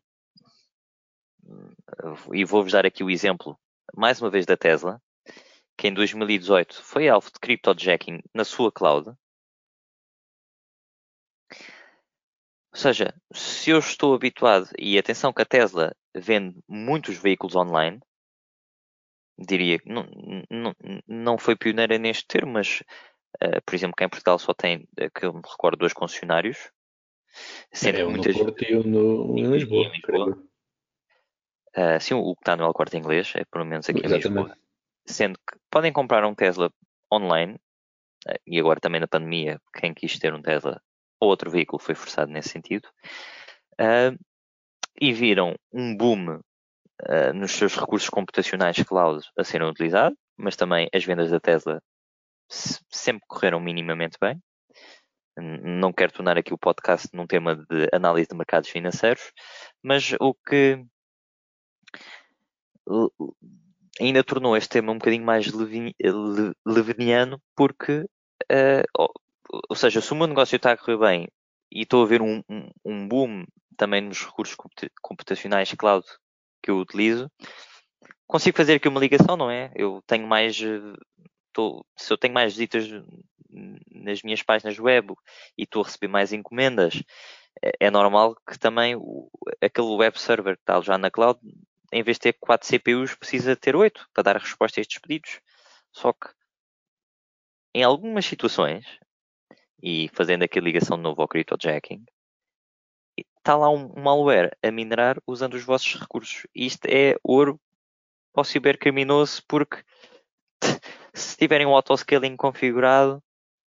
B: e vou-vos dar aqui o exemplo, mais uma vez, da Tesla, que em 2018 foi alvo de cryptojacking na sua cloud. Ou seja, se eu estou habituado, e atenção que a Tesla vende muitos veículos online, diria que não foi pioneira neste termo, mas, por exemplo, cá em Portugal só tem, que eu me recordo, 2 concessionários. Sendo que
A: um
B: muitas...
A: no Porto e um em Lisboa.
B: Sim, o que está no El Corte Inglês, é pelo menos aqui em
A: Exatamente.
B: Lisboa. Sendo que podem comprar um Tesla online, e agora também na pandemia, quem quis ter um Tesla ou outro veículo foi forçado nesse sentido, e viram um boom nos seus recursos computacionais cloud a serem utilizados, mas também as vendas da Tesla sempre correram minimamente bem. Não quero tornar aqui o podcast num tema de análise de mercados financeiros, mas ainda tornou este tema um bocadinho mais leviniano, porque, ou seja, se o meu negócio está a correr bem e estou a ver um boom também nos recursos computacionais cloud que eu utilizo, consigo fazer aqui uma ligação, não é? Eu tenho mais, se eu tenho mais visitas nas minhas páginas web e estou a receber mais encomendas, é normal que também aquele web server que está já na cloud, em vez de ter 4 CPUs, precisa ter 8 para dar resposta a estes pedidos. Só que em algumas situações, e fazendo aqui a ligação de novo ao cryptojacking, está lá um malware a minerar usando os vossos recursos. E isto é ouro para o cibercriminoso, porque se tiverem um autoscaling configurado,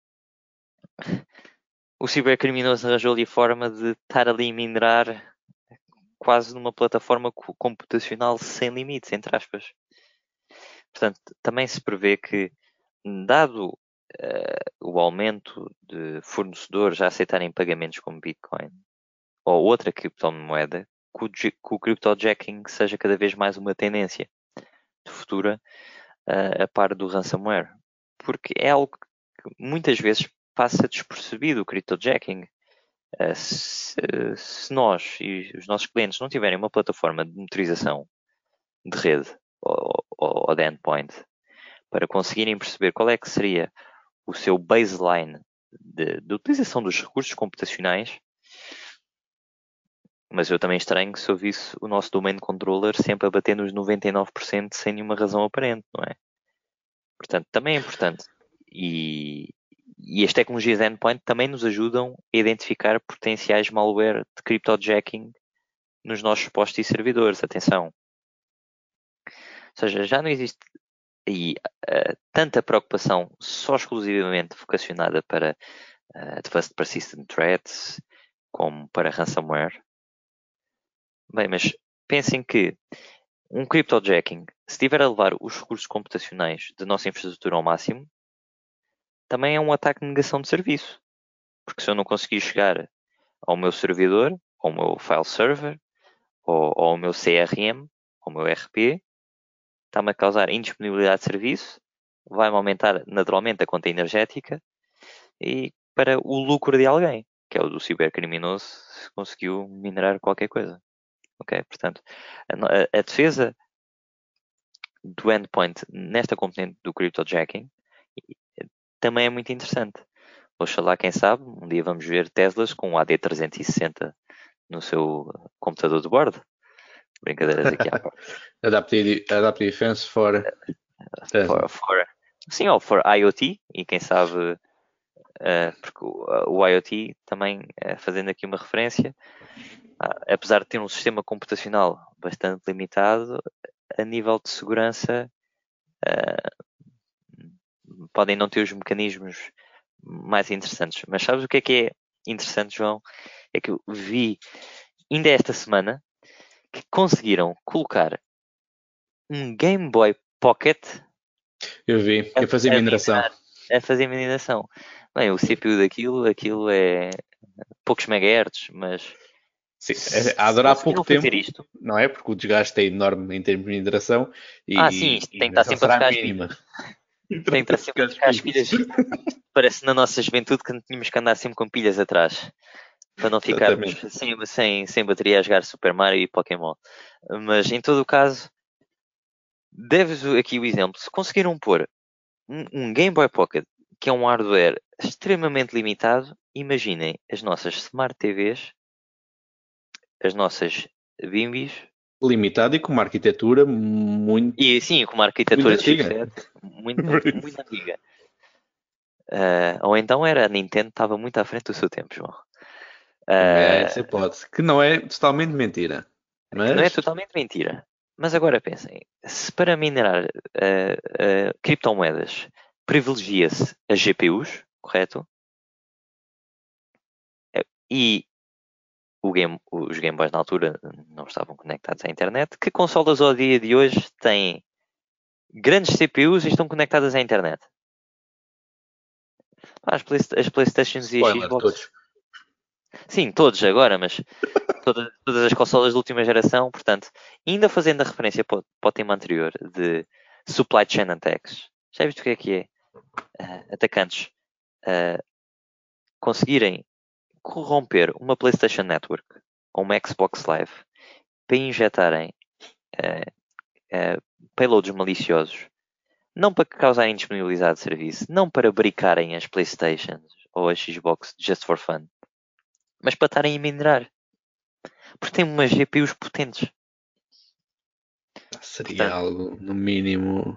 B: o cibercriminoso arranjou ali forma de estar ali a minerar quase numa plataforma computacional sem limites, entre aspas. Portanto, também se prevê que, dado o aumento de fornecedores a aceitarem pagamentos como Bitcoin ou outra criptomoeda, que o cryptojacking seja cada vez mais uma tendência futura a par do ransomware. Porque é algo que muitas vezes passa despercebido, o cryptojacking. Se nós e os nossos clientes não tiverem uma plataforma de monitorização de rede ou de endpoint para conseguirem perceber qual é que seria o seu baseline de utilização dos recursos computacionais, mas eu também estranho se eu visse o nosso domain controller sempre a bater nos 99% sem nenhuma razão aparente, não é? Portanto, também é importante. E as tecnologias de endpoint também nos ajudam a identificar potenciais malware de cryptojacking nos nossos postos e servidores. Atenção. Ou seja, já não existe aí tanta preocupação só exclusivamente vocacionada para Advanced Persistent Threats como para ransomware. Bem, mas pensem que um cryptojacking, se estiver a levar os recursos computacionais da nossa infraestrutura ao máximo, também é um ataque de negação de serviço. Porque se eu não conseguir chegar ao meu servidor, ao meu file server, ou ao meu CRM, ao meu RP, está-me a causar indisponibilidade de serviço, vai-me aumentar naturalmente a conta energética e para o lucro de alguém, que é o do cibercriminoso, se conseguiu minerar qualquer coisa. Ok? Portanto, a defesa do endpoint nesta componente do cryptojacking também é muito interessante. Oxalá, quem sabe, um dia vamos ver Teslas com um AD360 no seu computador de bordo. Brincadeiras aqui à parte.
A: Adaptive Defense for Tesla.
B: Sim, ou for IoT, e quem sabe, porque o IoT também, fazendo aqui uma referência, apesar de ter um sistema computacional bastante limitado, a nível de segurança, podem não ter os mecanismos mais interessantes. Mas sabes o que é interessante, João? É que eu vi, ainda esta semana, que conseguiram colocar um Game Boy Pocket
A: eu vi, a fazer mineração.
B: A fazer mineração. Bem, o CPU aquilo é poucos megahertz, mas
A: sim, a durar pouco tempo,
B: isto,
A: não é? Porque o desgaste é enorme em termos de mineração
B: sim, isto tem que estar sempre a trocar as pilhas. Tem que estar sempre a trocar as pilhas. Parece na nossa juventude que tínhamos que andar sempre com pilhas atrás. Para não ficarmos sem bateria a jogar Super Mario e Pokémon. Mas em todo o caso, deves aqui o exemplo. Se conseguiram pôr um Game Boy Pocket, que é um hardware extremamente limitado, imaginem as nossas Smart TVs, as nossas Bimbis.
A: Limitado e com uma arquitetura muito.
B: E sim, com uma arquitetura de chipset muito antiga. Ou então era a Nintendo, estava muito à frente do seu tempo, João.
A: É essa hipótese, que não é totalmente mentira. Mas...
B: Não é totalmente mentira. Mas agora pensem, se para minerar criptomoedas privilegia-se as GPUs, correto? E os Game Boys na altura não estavam conectados à internet. Que consolas ao dia de hoje têm grandes CPUs e estão conectadas à internet? As Playstations e a Xbox.
A: Todos.
B: Sim, todos agora, mas todas as consolas de última geração, portanto, ainda fazendo a referência para o tema anterior de supply chain attacks, já viste o que é? Atacantes conseguirem corromper uma PlayStation Network ou uma Xbox Live para injetarem payloads maliciosos, não para causarem disponibilidade de serviço, não para bricarem as Playstations ou as Xbox just for fun, mas para estarem a minerar. Porque tem umas GPUs potentes.
A: Seria algo, no mínimo,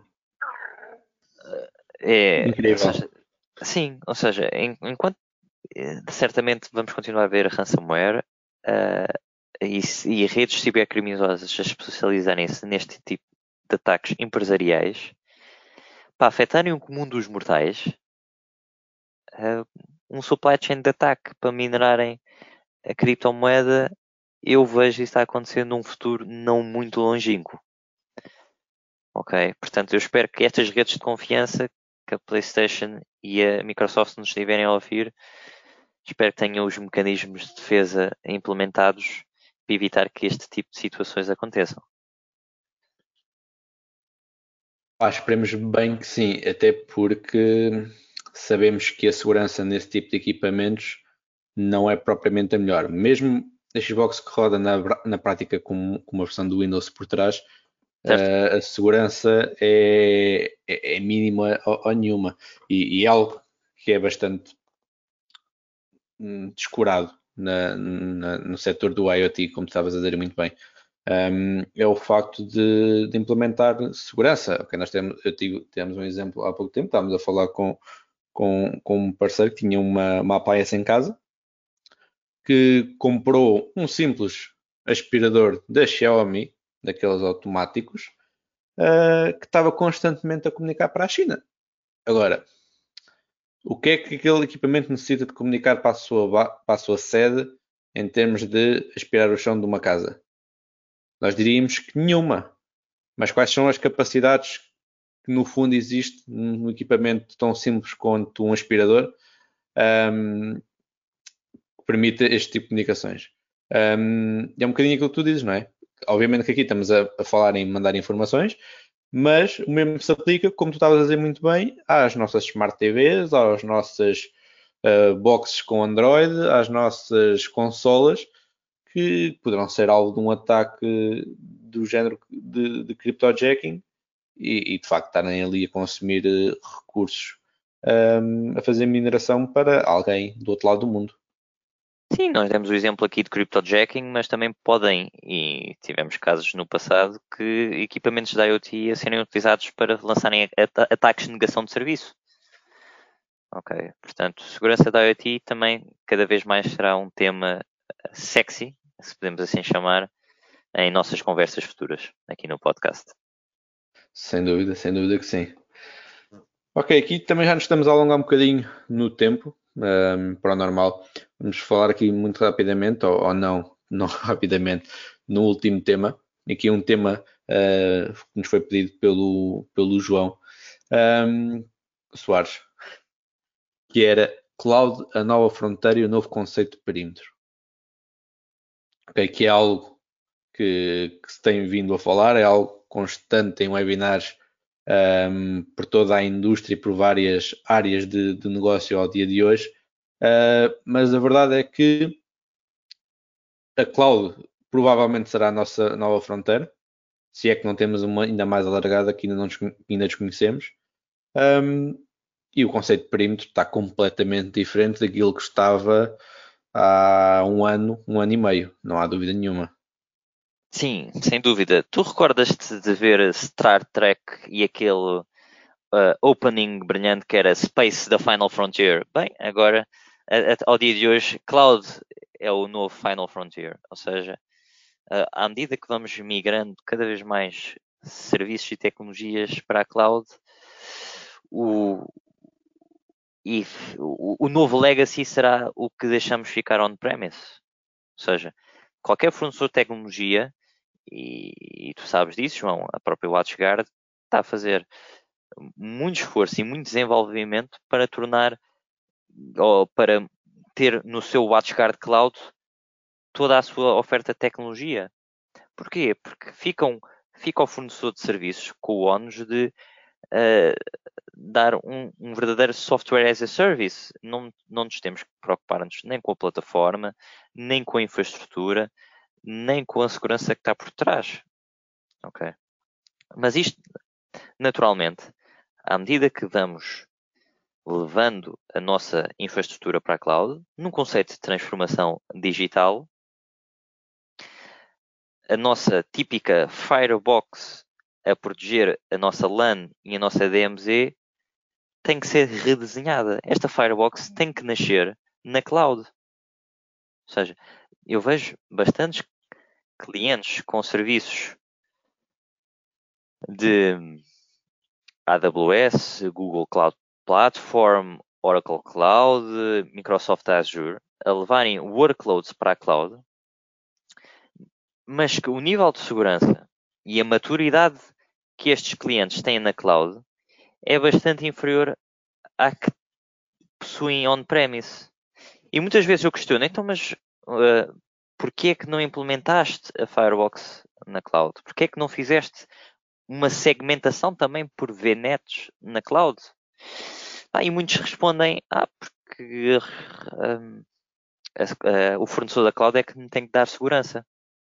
B: incrível. Ou seja, enquanto certamente vamos continuar a ver ransomware e redes cibercriminosas a especializarem-se neste tipo de ataques empresariais para afetarem o comum dos mortais, um supply chain de ataque para minerarem a criptomoeda, eu vejo isso a acontecer num futuro não muito longínquo. Ok? Portanto, eu espero que estas redes de confiança que a PlayStation e a Microsoft nos estiverem a ouvir, espero que tenham os mecanismos de defesa implementados para evitar que este tipo de situações aconteçam.
A: Esperemos bem que sim, até porque sabemos que a segurança nesse tipo de equipamentos não é propriamente a melhor. Mesmo a Xbox que roda na prática com uma versão do Windows por trás, a segurança é mínima ou nenhuma. E é algo que é bastante descurado no setor do IoT, como estavas a dizer muito bem. É o facto de implementar segurança. Okay, temos um exemplo há pouco tempo, estávamos a falar com um parceiro que tinha uma appliance em casa, que comprou um simples aspirador da Xiaomi, daqueles automáticos, que estava constantemente a comunicar para a China. Agora, o que é que aquele equipamento necessita de comunicar para a sua sede em termos de aspirar o chão de uma casa? Nós diríamos que nenhuma. Mas quais são as capacidades que no fundo existe num equipamento tão simples quanto um aspirador que permite este tipo de comunicações? É um bocadinho aquilo que tu dizes, não é? Obviamente que aqui estamos a falar em mandar informações, mas o mesmo se aplica, como tu estavas a dizer muito bem, às nossas Smart TVs, às nossas boxes com Android, às nossas consolas, que poderão ser alvo de um ataque do género de cryptojacking e de facto estarem ali a consumir recursos a fazer mineração para alguém do outro lado do mundo.
B: Sim, nós demos o exemplo aqui de cryptojacking, mas também podem, e tivemos casos no passado, que equipamentos da IoT a serem utilizados para lançarem ataques de negação de serviço. Ok, portanto, segurança da IoT também cada vez mais será um tema sexy, se podemos assim chamar, em nossas conversas futuras aqui no podcast.
A: Sem dúvida que sim. Ok, aqui também já nos estamos a alongar um bocadinho no tempo, para o normal. Vamos falar aqui muito rapidamente, ou não rapidamente, no último tema. Aqui um tema que nos foi pedido pelo João Soares, que era Cloud, a nova fronteira e o novo conceito de perímetro. Okay, que é algo que se tem vindo a falar, é algo constante em webinars por toda a indústria e por várias áreas de negócio ao dia de hoje. Mas a verdade é que a cloud provavelmente será a nossa nova fronteira, se é que não temos uma ainda mais alargada que ainda desconhecemos. E o conceito de perímetro está completamente diferente daquilo que estava há um ano e meio, não há dúvida nenhuma.
B: Sim, sem dúvida. Tu recordas-te de ver Star Trek e aquele opening brilhante que era Space da Final Frontier? Bem, agora, ao dia de hoje, Cloud é o novo Final Frontier. Ou seja, à medida que vamos migrando cada vez mais serviços e tecnologias para a Cloud, o novo legacy será o que deixamos ficar on-premise. Ou seja, qualquer fornecedor de tecnologia, e tu sabes disso, João, a própria WatchGuard está a fazer muito esforço e muito desenvolvimento para tornar, ou para ter no seu WatchGuard Cloud toda a sua oferta de tecnologia. Porquê? Porque fica o fornecedor de serviços com o ónus de dar um verdadeiro software as a service. Não nos temos que preocupar-nos nem com a plataforma, nem com a infraestrutura, nem com a segurança que está por trás. Ok? Mas isto, naturalmente, à medida que vamos levando a nossa infraestrutura para a cloud, num conceito de transformação digital, a nossa típica firebox a proteger a nossa LAN e a nossa DMZ tem que ser redesenhada. Esta firebox tem que nascer na cloud. Ou seja, eu vejo bastantes clientes com serviços de AWS, Google Cloud Platform, Oracle Cloud, Microsoft Azure, a levarem workloads para a cloud, mas que o nível de segurança e a maturidade que estes clientes têm na cloud é bastante inferior à que possuem on-premise. E muitas vezes eu questiono, então, mas porquê é que não implementaste a Firebox na cloud? Porquê é que não fizeste uma segmentação também por VNets na cloud? E muitos respondem, porque o fornecedor da cloud é que me tem que dar segurança.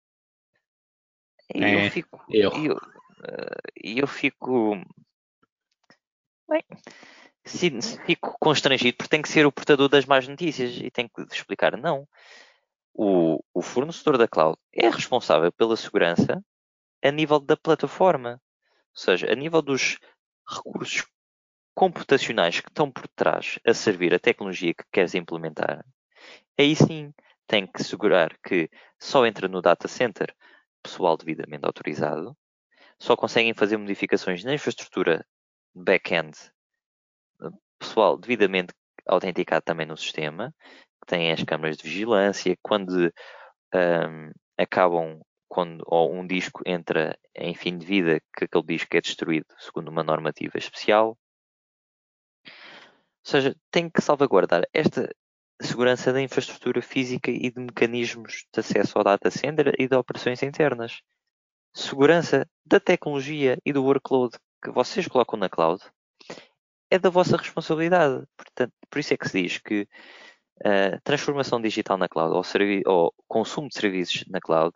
B: E eu fico... eu fico... Bem, fico constrangido porque tem que ser o portador das más notícias e tenho que explicar, não. O fornecedor da cloud é responsável pela segurança a nível da plataforma. Ou seja, a nível dos recursos computacionais que estão por trás a servir a tecnologia que queres implementar, aí sim tem que assegurar que só entra no data center pessoal devidamente autorizado, só conseguem fazer modificações na infraestrutura back-end pessoal devidamente autenticado também no sistema, que tem as câmaras de vigilância, quando acabam, ou um disco entra em fim de vida, que aquele disco é destruído segundo uma normativa especial. Ou seja, tem que salvaguardar esta segurança da infraestrutura física e de mecanismos de acesso ao data center e de operações internas. Segurança da tecnologia e do workload que vocês colocam na cloud é da vossa responsabilidade. Portanto, por isso é que se diz que a transformação digital na cloud ou consumo de serviços na cloud,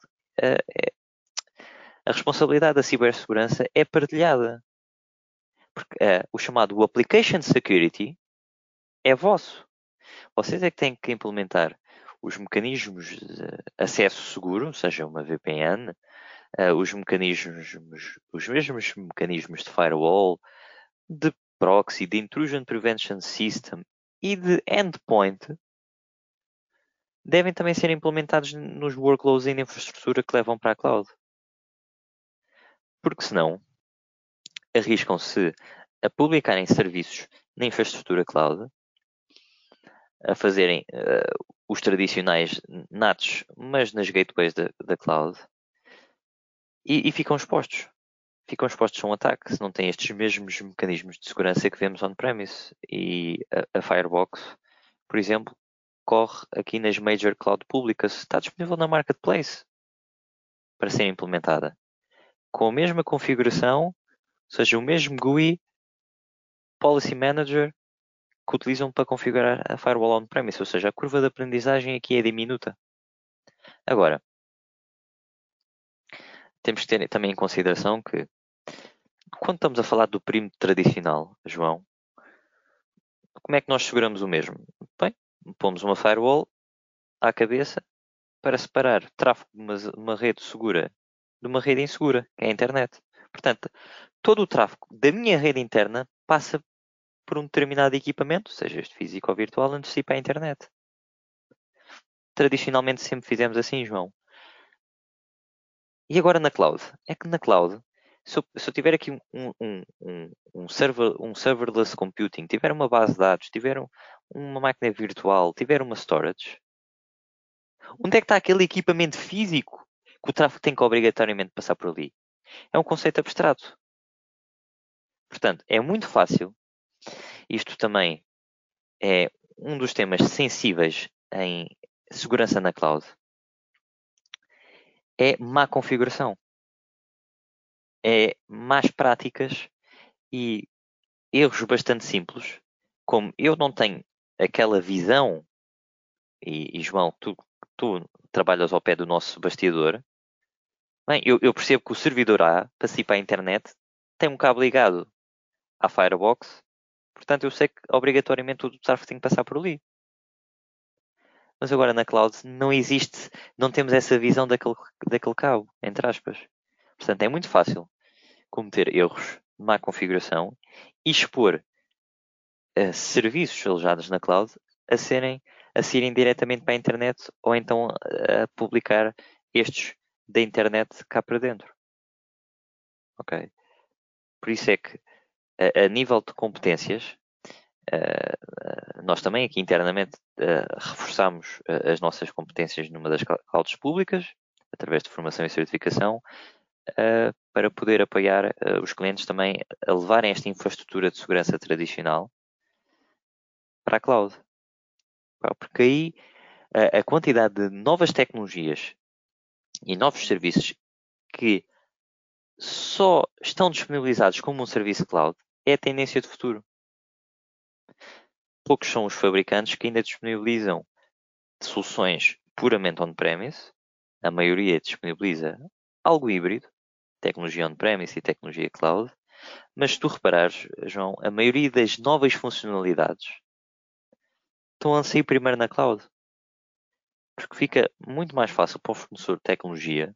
B: a responsabilidade da cibersegurança é partilhada. Porque o chamado Application Security é vosso. Vocês é que têm que implementar os mecanismos de acesso seguro, ou seja, uma VPN, os mesmos mecanismos de firewall, de proxy, de intrusion prevention system e de endpoint devem também ser implementados nos workloads e na infraestrutura que levam para a cloud. Porque senão arriscam-se a publicarem serviços na infraestrutura cloud, a fazerem os tradicionais NATs, mas nas gateways da cloud, e ficam expostos. Ficam expostos a um ataque se não têm estes mesmos mecanismos de segurança que vemos on-premise. E a Firebox, por exemplo, corre aqui nas major cloud públicas. Está disponível na Marketplace para ser implementada. Com a mesma configuração, ou seja, o mesmo GUI, Policy Manager, que utilizam para configurar a Firewall on-premise. Ou seja, a curva de aprendizagem aqui é diminuta. Agora, temos que ter também em consideração que quando estamos a falar do perímetro tradicional, João, como é que nós seguramos o mesmo? Bem, pomos uma firewall à cabeça para separar tráfego de uma rede segura de uma rede insegura, que é a internet. Portanto, todo o tráfego da minha rede interna passa por um determinado equipamento, seja este físico ou virtual, antes de ir para a internet. Tradicionalmente sempre fizemos assim, João. E agora na cloud? É que na cloud, se eu tiver aqui um serverless computing, tiver uma base de dados, tiver uma máquina virtual, tiver uma storage, onde é que está aquele equipamento físico que o tráfego tem que obrigatoriamente passar por ali? É um conceito abstrato. Portanto, é muito fácil. Isto também é um dos temas sensíveis em segurança na cloud. é má configuração. É más práticas e erros bastante simples, como eu não tenho aquela visão, e João, tu trabalhas ao pé do nosso bastidor, bem, eu percebo que o servidor A, para se ir para a internet, tem um cabo ligado à Firebox, portanto eu sei que obrigatoriamente o tráfego tem que passar por ali. Mas agora na cloud não existe, não temos essa visão daquele cabo, entre aspas. Portanto, é muito fácil cometer erros de má configuração e expor serviços alojados na cloud a serem diretamente para a internet ou então a publicar estes da internet cá para dentro. Ok? Por isso é que a nível de competências, nós também aqui internamente reforçamos as nossas competências numa das clouds públicas, através de formação e certificação, para poder apoiar os clientes também a levarem esta infraestrutura de segurança tradicional para a cloud. Porque aí a quantidade de novas tecnologias e novos serviços que só estão disponibilizados como um serviço cloud é a tendência de futuro. Poucos são os fabricantes que ainda disponibilizam soluções puramente on-premise. A maioria disponibiliza algo híbrido, tecnologia on-premise e tecnologia cloud. Mas se tu reparares, João, a maioria das novas funcionalidades estão a sair primeiro na cloud. Porque fica muito mais fácil para o fornecedor de tecnologia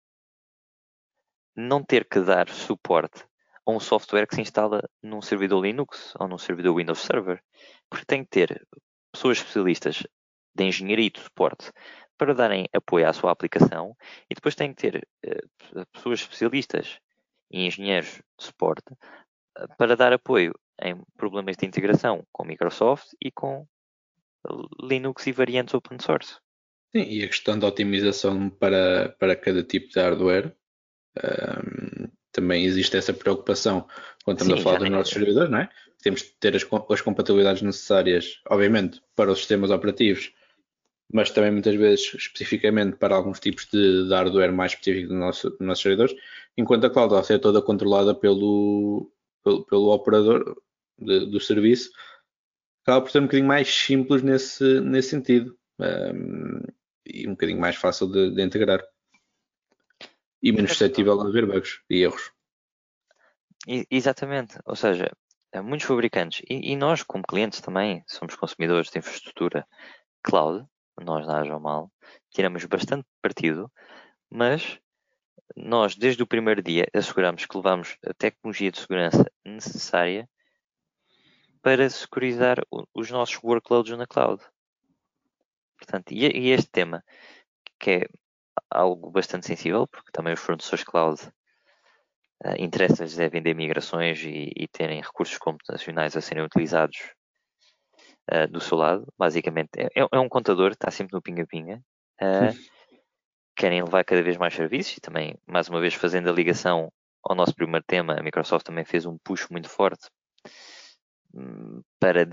B: não ter que dar suporte a um software que se instala num servidor Linux ou num servidor Windows Server. Porque tem que ter pessoas especialistas de engenharia e de suporte para darem apoio à sua aplicação e depois tem que ter pessoas especialistas e engenheiros de suporte para dar apoio em problemas de integração com Microsoft e com Linux e variantes open source.
A: Sim, e a questão da otimização para cada tipo de hardware, também existe essa preocupação quando estamos a
B: Sim,
A: falar dos nossos servidores, não é? Temos de ter as compatibilidades necessárias, obviamente, para os sistemas operativos, mas também muitas vezes especificamente para alguns tipos de hardware mais específico dos nossos servidores, enquanto a cloud vai ser toda controlada pelo operador do serviço, acaba por ser um bocadinho mais simples nesse sentido, e um bocadinho mais fácil de integrar e menos suscetível a haver bugs e erros.
B: Exatamente, ou seja, muitos fabricantes e nós como clientes também somos consumidores de infraestrutura cloud, nós na Agile Mal tiramos bastante partido, mas nós desde o primeiro dia asseguramos que levamos a tecnologia de segurança necessária para securizar os nossos workloads na cloud. Portanto, e este tema, que é algo bastante sensível, porque também os fornecedores cloud interessa-lhes é vender migrações e terem recursos computacionais a serem utilizados do seu lado. Basicamente, é um contador, está sempre no pinga-pinga. Querem levar cada vez mais serviços e também, mais uma vez, fazendo a ligação ao nosso primeiro tema, a Microsoft também fez um push muito forte para,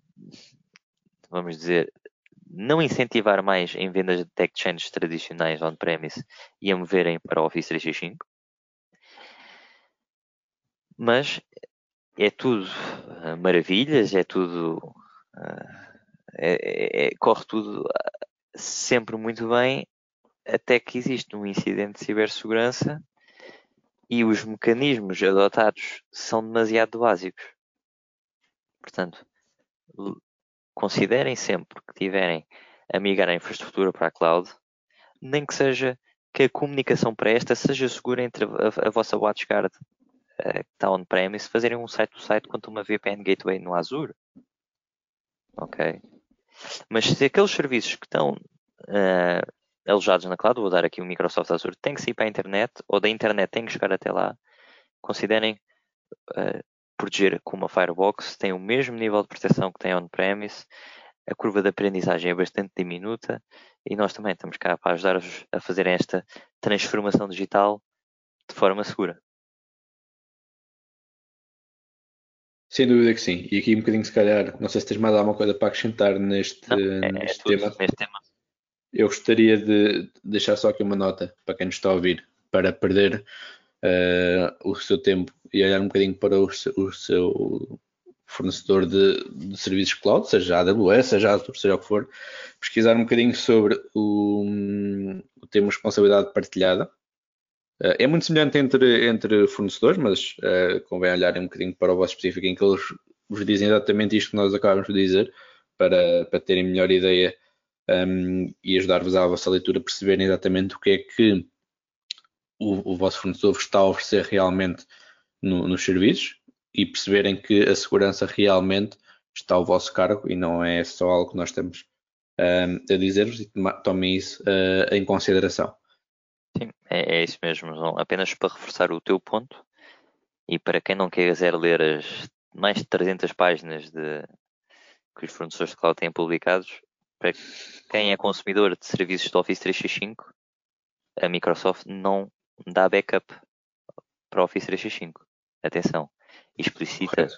B: vamos dizer, não incentivar mais em vendas de tech chains tradicionais on-premise e a moverem para o Office 365. Mas é tudo maravilhas, é tudo. Corre tudo sempre muito bem, até que existe um incidente de cibersegurança e os mecanismos adotados são demasiado básicos. Portanto, considerem sempre que tiverem a migrar a infraestrutura para a cloud, nem que seja que a comunicação para esta seja segura entre a vossa WatchGuard que está on-premise, fazerem um site-to-site quanto uma VPN Gateway no Azure. Ok? Mas se aqueles serviços que estão alojados na cloud, vou dar aqui o Microsoft Azure, tem que sair para a internet, ou da internet tem que chegar até lá, considerem proteger com uma Firebox, tem o mesmo nível de proteção que tem on-premise, a curva de aprendizagem é bastante diminuta e nós também estamos cá para ajudar-vos a fazer esta transformação digital de forma segura.
A: Sem dúvida que sim. E aqui um bocadinho, se calhar, não sei se tens mais alguma coisa para acrescentar neste
B: Não, é tudo
A: tema.
B: neste tema.
A: eu gostaria de deixar só aqui uma nota para quem nos está a ouvir, para perder o seu tempo e olhar um bocadinho para o seu fornecedor de serviços cloud, seja a AWS, seja a Azure, seja o que for, pesquisar um bocadinho sobre o termo responsabilidade partilhada. É muito semelhante entre fornecedores, mas convém olhar um bocadinho para o vosso específico, em que eles vos dizem exatamente isto que nós acabamos de dizer, para terem melhor ideia e ajudar-vos à vossa leitura a perceberem exatamente o que é que o vosso fornecedor vos está a oferecer realmente nos serviços e perceberem que a segurança realmente está ao vosso cargo e não é só algo que nós estamos a dizer-vos, e tomem isso em consideração.
B: Sim, é isso mesmo, João. Apenas para reforçar o teu ponto e para quem não quiser ler as mais de 300 páginas que os fornecedores de cloud têm publicados, para quem é consumidor de serviços do Office 365, a Microsoft não dá backup para o Office 365. Atenção, explicita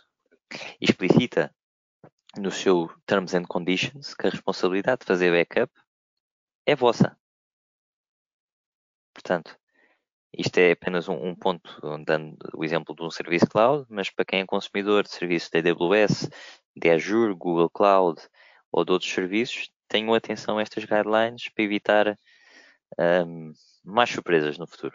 B: no seu Terms and Conditions que a responsabilidade de fazer backup é vossa. Portanto, isto é apenas um ponto, dando o exemplo de um serviço cloud, mas para quem é consumidor de serviços da AWS, de Azure, Google Cloud ou de outros serviços, tenham atenção a estas guidelines para evitar mais surpresas no futuro.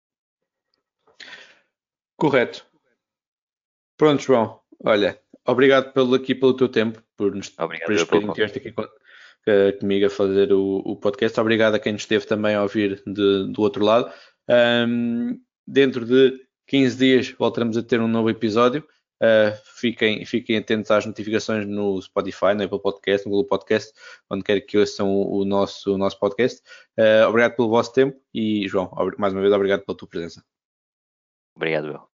A: Correto. Pronto, João. Olha, obrigado pelo teu tempo, por este bocadinho que estiveste aqui comigo a fazer o podcast. Obrigado a quem nos esteve também a ouvir do outro lado. Dentro de 15 dias voltaremos a ter um novo episódio. Fiquem atentos às notificações no Spotify, no Apple Podcast, no Google Podcast, onde quer que ouçam o nosso podcast. Obrigado pelo vosso tempo e, João, mais uma vez, obrigado pela tua presença.
B: Obrigado, eu.